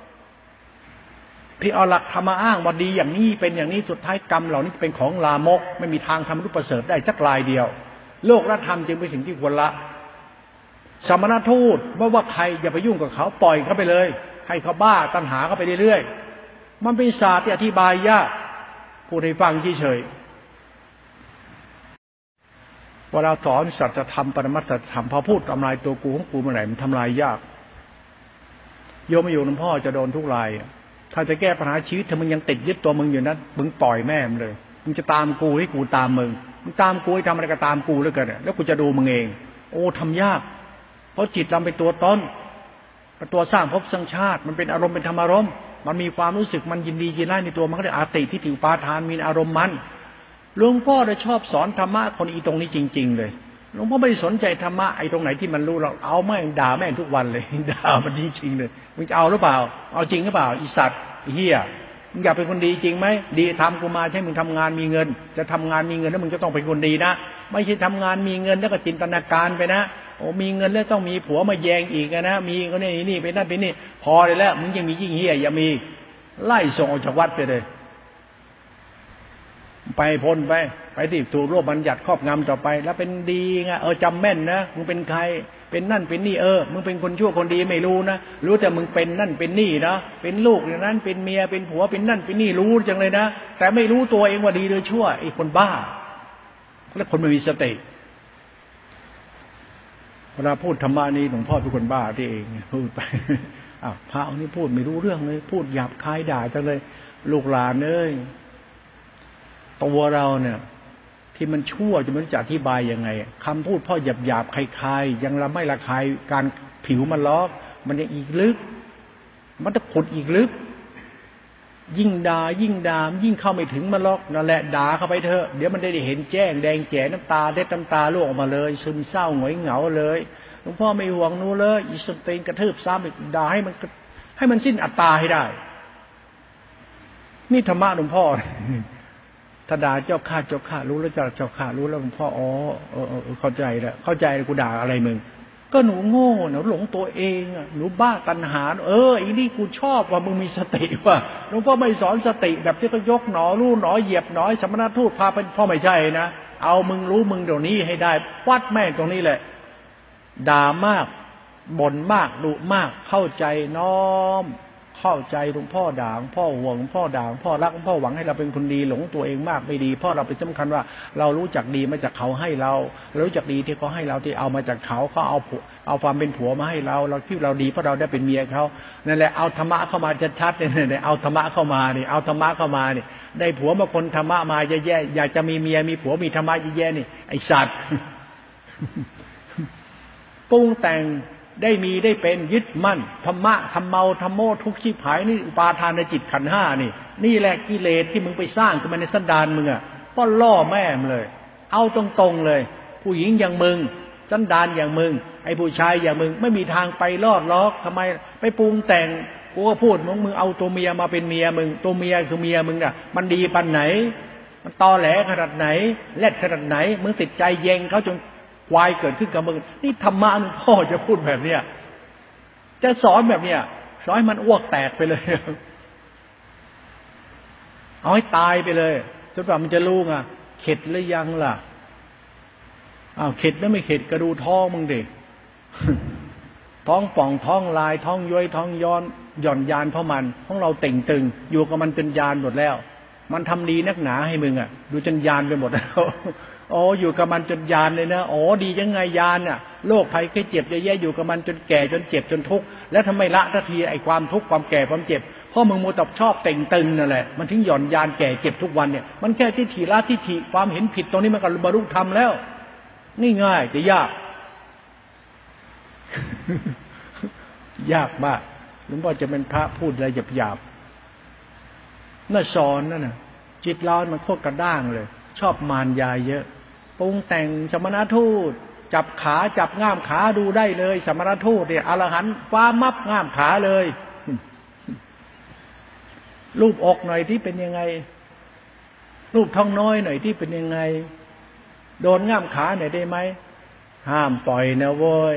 ที่เอาหลักธรรมอ้างว่าดีอย่างนี้เป็นอย่างนี้สุดท้ายกรรมเหล่านี้เป็นของลามกไม่มีทางทำมนุษย์ประเสริฐได้สักรายเดียวโลกและธรรมจึงเป็นสิ่งที่ควรละสมณทูตไม่ว่าใครอย่าไปยุ่งกับเขาปล่อยเขาไปเลยให้เขาบ้าตัณหาเขาไปเรื่อยๆมันเป็นศาสตร์ที่อธิบายยากพูดให้ฟังเฉยๆเวลาสอนสัจธรรมปรมัตถธรรมพอพูดทำลายตัวกูของกูเมื่อไหร่มันทำลายยากโยมไม่อยู่หลวงพ่อจะโดนทุกรายถ้าจะแก้ปัญหาชีวิตถ้ามึงยังติดยึดตัวมึงอยู่นั้นมึงปล่อยแม่มึงเลยมึงจะตามกูให้กูตามมึงตามกูให้ทำอะไรก็ตามกูแล้วกันแล้วกูจะดูมึงเองโอ้ทำยากเพราะจิตเราเป็นตัวตนเป็นตัวสร้างภพสร้างชาติมันเป็นอารมณ์เป็นธรรมอารมณ์มันมีความรู้สึกมันยินดียินร้ายในตัวมันก็ได้อาติที่ถือปาทานมีอารมณ์มันหลวงพ่อได้ชอบสอนธรรมะคนอีตรงนี้จริงๆเลยหลวงพ่อไม่ได้สนใจธรรมะไอ้ตรงไหนที่มันรู้เราเอาแม่งด่าแม่งทุกวันเลยด่ามันจริงๆเลยมึงจะเอาหรือเปล่าเอาจริงหรือเปล่าอีสัตว์เหี้ยมึงอยากเป็นคนดีจริงไหมดีทำกูมาใช่มึงทำงานมีเงินจะทำงานมีเงินแล้วมึงจะต้องเป็นคนดีนะไม่ใช่ทำงานมีเงินแล้วก็จินตนาการไปนะโอ้มีเงินแล้วต้องมีผัวมาแยงอีกนะมีก็นี่ไปนั่นไปนี่พอเลยแล้วมึงยังมียิ่งเหี้ยอย่ามีไล่ส่งออกจากวัดไปเลยไปพ้นไปที่ถูกโลกบัญญัติครอบงำต่อไปแล้วเป็นดีไงจำแม่นนะมึงเป็นใครเป็นนั่นเป็นนี่มึงเป็นคนชั่วคนดีไม่รู้นะรู้แต่มึงเป็นนั่นเป็นนี่นะเป็นลูกอย่างนั้นเป็นเมียเป็นผัวเป็นนั่นเป็นนี่รู้จังเลยนะแต่ไม่รู้ตัวเองว่าดีหรือชั่วไอ้คนบ้าและคนไม่มีสติเวลาพูดธรรมะนี้หลวงพ่อเป็นคนบ้าที่เองพูดไปพระองค์นี้พูดไม่รู้เรื่องเลยพูดหยาบคายด่าจังเลยลูกหลานตัวเราเนี่ยที่มันชั่วจะไม่รู้จะอธิบายยังไงคำพูดพ่อหยาบคายยังละไม่ละคายการผิวมันล้อมันยังอีกลึกมันจะขุดอีกลึกยิ่งด่ายิ่งเข้าไม่ถึงมันล็อกนั่นแหละด่าเข้าไปเถอะเดี๋ยวมันได้เห็นแจ้งแดงแจ๋น้ำตาน้ำตาล่วงออกมาเลยซึมเศร้าหงอยเหงาเลยหลวงพ่อไม่ห่วงนู้เลยอีสติงกระทืบซ้ำอีกด่าให้มันสิ้นอัตตาให้ได้นี่ธรรมะหลวงพ่อถ้าด่าเจ้าข้ารู้แล้วเจ้าข้ารู้แล้วหลวงพ่อเข้าใจแล้วเข้าใจกูด่าอะไรมึงก็หนูโง่หนูหลงตัวเองอ่ะหนูบ้าตัณหาไอ้นี่กูชอบว่ามึงมีสติว่ะหลวงพ่อไม่สอนสติแบบที่ต้องยกหนอลู่หนอเหยียบหนอสมณทูตพาเป็นพ่อไม่ใช่นะเอามึงรู้มึงเดี๋ยวนี้ให้ได้ฟัดแม่งตรงนี้แหละด่ามากบ่นมากดุมากเข้าใจน้อมเข้าใจหลวงพ่อด่าหลวงพ่อห่วงหลวงพ่อด่าหลวงพ่อรักหลวงพ่อหวังให้เราเป็นคนดีหลงตัวเองมากไม่ดีเพราะเราเป็นสำคัญว่าเรารู้จักดีมาจากเขาให้เรารู้จักดีที่เขาให้เราที่เอามาจากเขาเอาความเป็นผัวมาให้เราคิดเราดีเพราะเราได้เป็นเมียเขานั่นแหละเอาธรรมะเข้ามาชัดๆเนี่ยเอาธรรมะเข้ามานี่เอาธรรมะเข้ามานี่ได้ผัวมาคนธรรมะมาแย่ๆอยากจะมีเมียมีผัวมีธรรมะแย่ๆนี่ไอ้สัตว์ปรุงแต่งได้มีได้เป็นยึดมั่นธรรมะธรรมเมาธรรมโมทุกข์ชีพหายนี่อุปาทานในจิตขันธ์ห้านี่แหละกิเลสที่มึงไปสร้างขึ้นมาในสันดานมึงอ่ะป้อนล่อแม่มึงเลยเอาตรงๆเลยผู้หญิงอย่างมึงสันดานอย่างมึงไอ้ผู้ชายอย่างมึงไม่มีทางไปรอดล็อกทำไมไปปรุงแต่งกูก็พูดมึงเอาตัวเมียมาเป็นเมียมึงตัวเมียคือเมียมึงน่ะมันดีปันไหนมันตอแหลขนาดไหนแลดขนาดไหนมึงติดใจแยงเขาจนควายเกิดขึ้นกับมึงนี่ธรรมะหลวงพ่อจะพูดแบบเนี้ยจะสอนแบบเนี้ยสอนให้มันอ้วกแตกไปเลยเอาให้ตายไปเลยจนกว่ามันจะรู้ไงเข็ดหรือยังล่ะอ้าวเข็ดแล้วไม่เข็ดกระดูท้องมึงดิท้องป่องท้องลายท้องย้อยท้องย้อนหย่อนยานเพราะมันของเราเต่งตึงอยู่กับมันจนยานหมดแล้วมันทำดีนักหนาให้มึงอ่ะดูจนยานไปหมดแล้วอยู่กับมันจนยานเลยนะดียังไงยานน่ะโรคภัยไข้เจ็บเยอะแยะอยู่กับมันจนแก่จนเจ็บจนทุกข์แล้วทำไมละทันทีไอ้ความทุกข์ความแก่ความเจ็บเพราะมึงมัวแต่ชอบเต่งตึงนั่นแหละมันถึงหย่อนยานแก่เจ็บทุกวันเนี่ยมันแค่ทิฏฐิละทิฏฐิความเห็นผิดตรงนี้มันก็บรรลุธรรมแล้วนี่ง่ายจะยาก ยากมากหลวงพ่อจะเป็นพระพูดอะไรหยาบๆน่าสอนนั่นน่ะจิตเรามันโคตรกระด้างเลยชอบมารยาเยอะปรุงแต่งสมณทูตจับขาจับง่ามขาดูได้เลยสมณทูตเนี่ยอรหันต์ฟ้ามับง่ามขาเลยรูปอกหน่อยที่เป็นยังไงรูปท้องน้อยหน่อยที่เป็นยังไงโดนง่ามขาหน่อยได้ไหมห้ามปล่อยนะโว้ย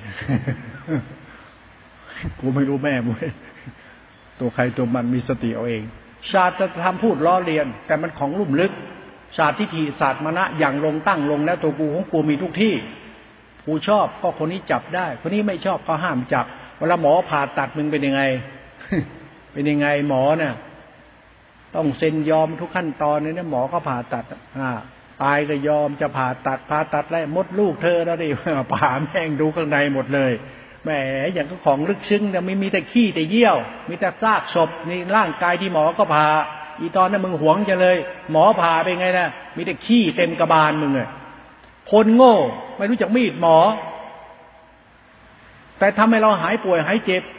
กูไม่รู้แม่มึงตัวใครตัวมันมีสติเอาเองศาสตร์จะทำพูดล้อเลียนแต่มันของลุ่มลึกศาสตร์ทิฏฐิศาสตร์มณะอย่างลงตั้งลงแล้วตัวกูของกูมีทุกที่กูชอบก็คนนี้จับได้คนนี้ไม่ชอบก็ห้ามจับเวลาหมอผ่าตัดมึงเป็นยังไง เป็นยังไงหมอเนี่ยต้องเซ็นยอมทุกขั้นตอนเลยนะหมอก็ผ่าตัดตายก็ยอมจะผ่าตัดแล้วมดลูกเธอแล้วดิผ่าแม่งดูข้างในหมดเลยแหมอย่างก็ของลึกซึ้งแต่ไม่มีแต่ขี้แต่เยี่ยวมีแต่ซากศพนี่ร่างกายที่หมอก็ผ่าอีตอนนั้นมึงหวงจะเลยหมอผ่าไปไงนะมีแต่ขี้เต็มกระบาลมึงอะคนโง่ไม่รู้จักมีดหมอแต่ทำให้เราหายป่วยหายเจ็บ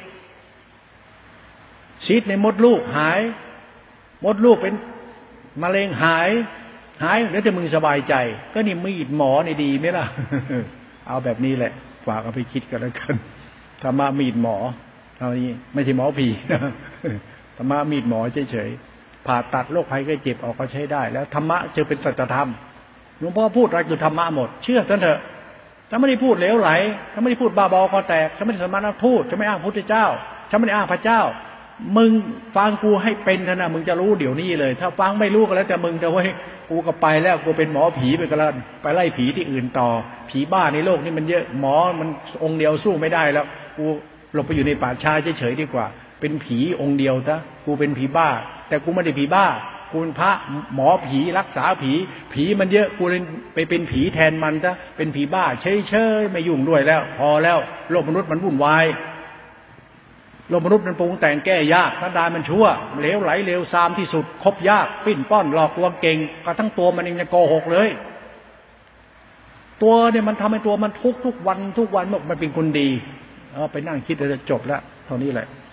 ซีสในมดลูกหายมดลูกเป็นมะเร็งหายแล้วแต่มึงสบายใจก็นี่มีดหมอนี่ดีไหมล่ะ เอาแบบนี้แหละฝากเอาไปคิดกันแล้วกันธรรมะมีดหมอเอานี้ไม่ใช่หมอผีธรรมะมีดหมอเฉยๆผ่าตัดโรคภัยไข้เจ็บออกก็ใช้ได้แล้วธรรมะจะเป็นสัจธรรมหลวงพ่อพูดอะไรคือธรรมะหมดเชื่อท่านเถอะถ้าไม่ได้พูดเหลวไหลถ้าไม่ได้พูดบ้าบอคอแตกถ้าไม่ได้สมณทูตถ้าไม่อ้างพุทธเจ้าถ้าไม่ได้อ้างพระเจ้ามึงฟังกูให้เป็นเถอะนะมึงจะรู้เดี๋ยวนี้เลยถ้าฟังไม่รู้ก็แล้วแต่มึงจะไว้กูก็ไปแล้วกูเป็นหมอผีไปก็แล้วไปไล่ผีที่อื่นต่อผีบ้าในโลกนี้มันเยอะหมอมันองค์เดียวสู้ไม่ได้แล้วกูหลบไปอยู่ในป่าช้าเฉยๆดีกว่าเป็นผีองค์เดียวซะกูเป็นผีบ้าแต่กูไม่ได้ผีบ้ากูเป็นพระหมอผีรักษาผีมันเยอะกูเลยไปเป็นผีแทนมันซะเป็นผีบ้าเฉยๆไม่ยุ่งด้วยแล้วพอแล้วโลกมนุษย์มันวุ่นวายโลกมนุษย์มันปรุงแต่งแก้ยากสันดานมันชั่วเหลวไหลเลวทรามที่สุดคบยากปิ้นป้อนหลอกลวงเก่งกระทั่งตัวมันเองจะโกหกเลยตัวเนี่ยมันทำให้ตัวมันทุกวันมันเป็นคนดีไปนั่งคิดจะจบแล้วเท่านี้แหละ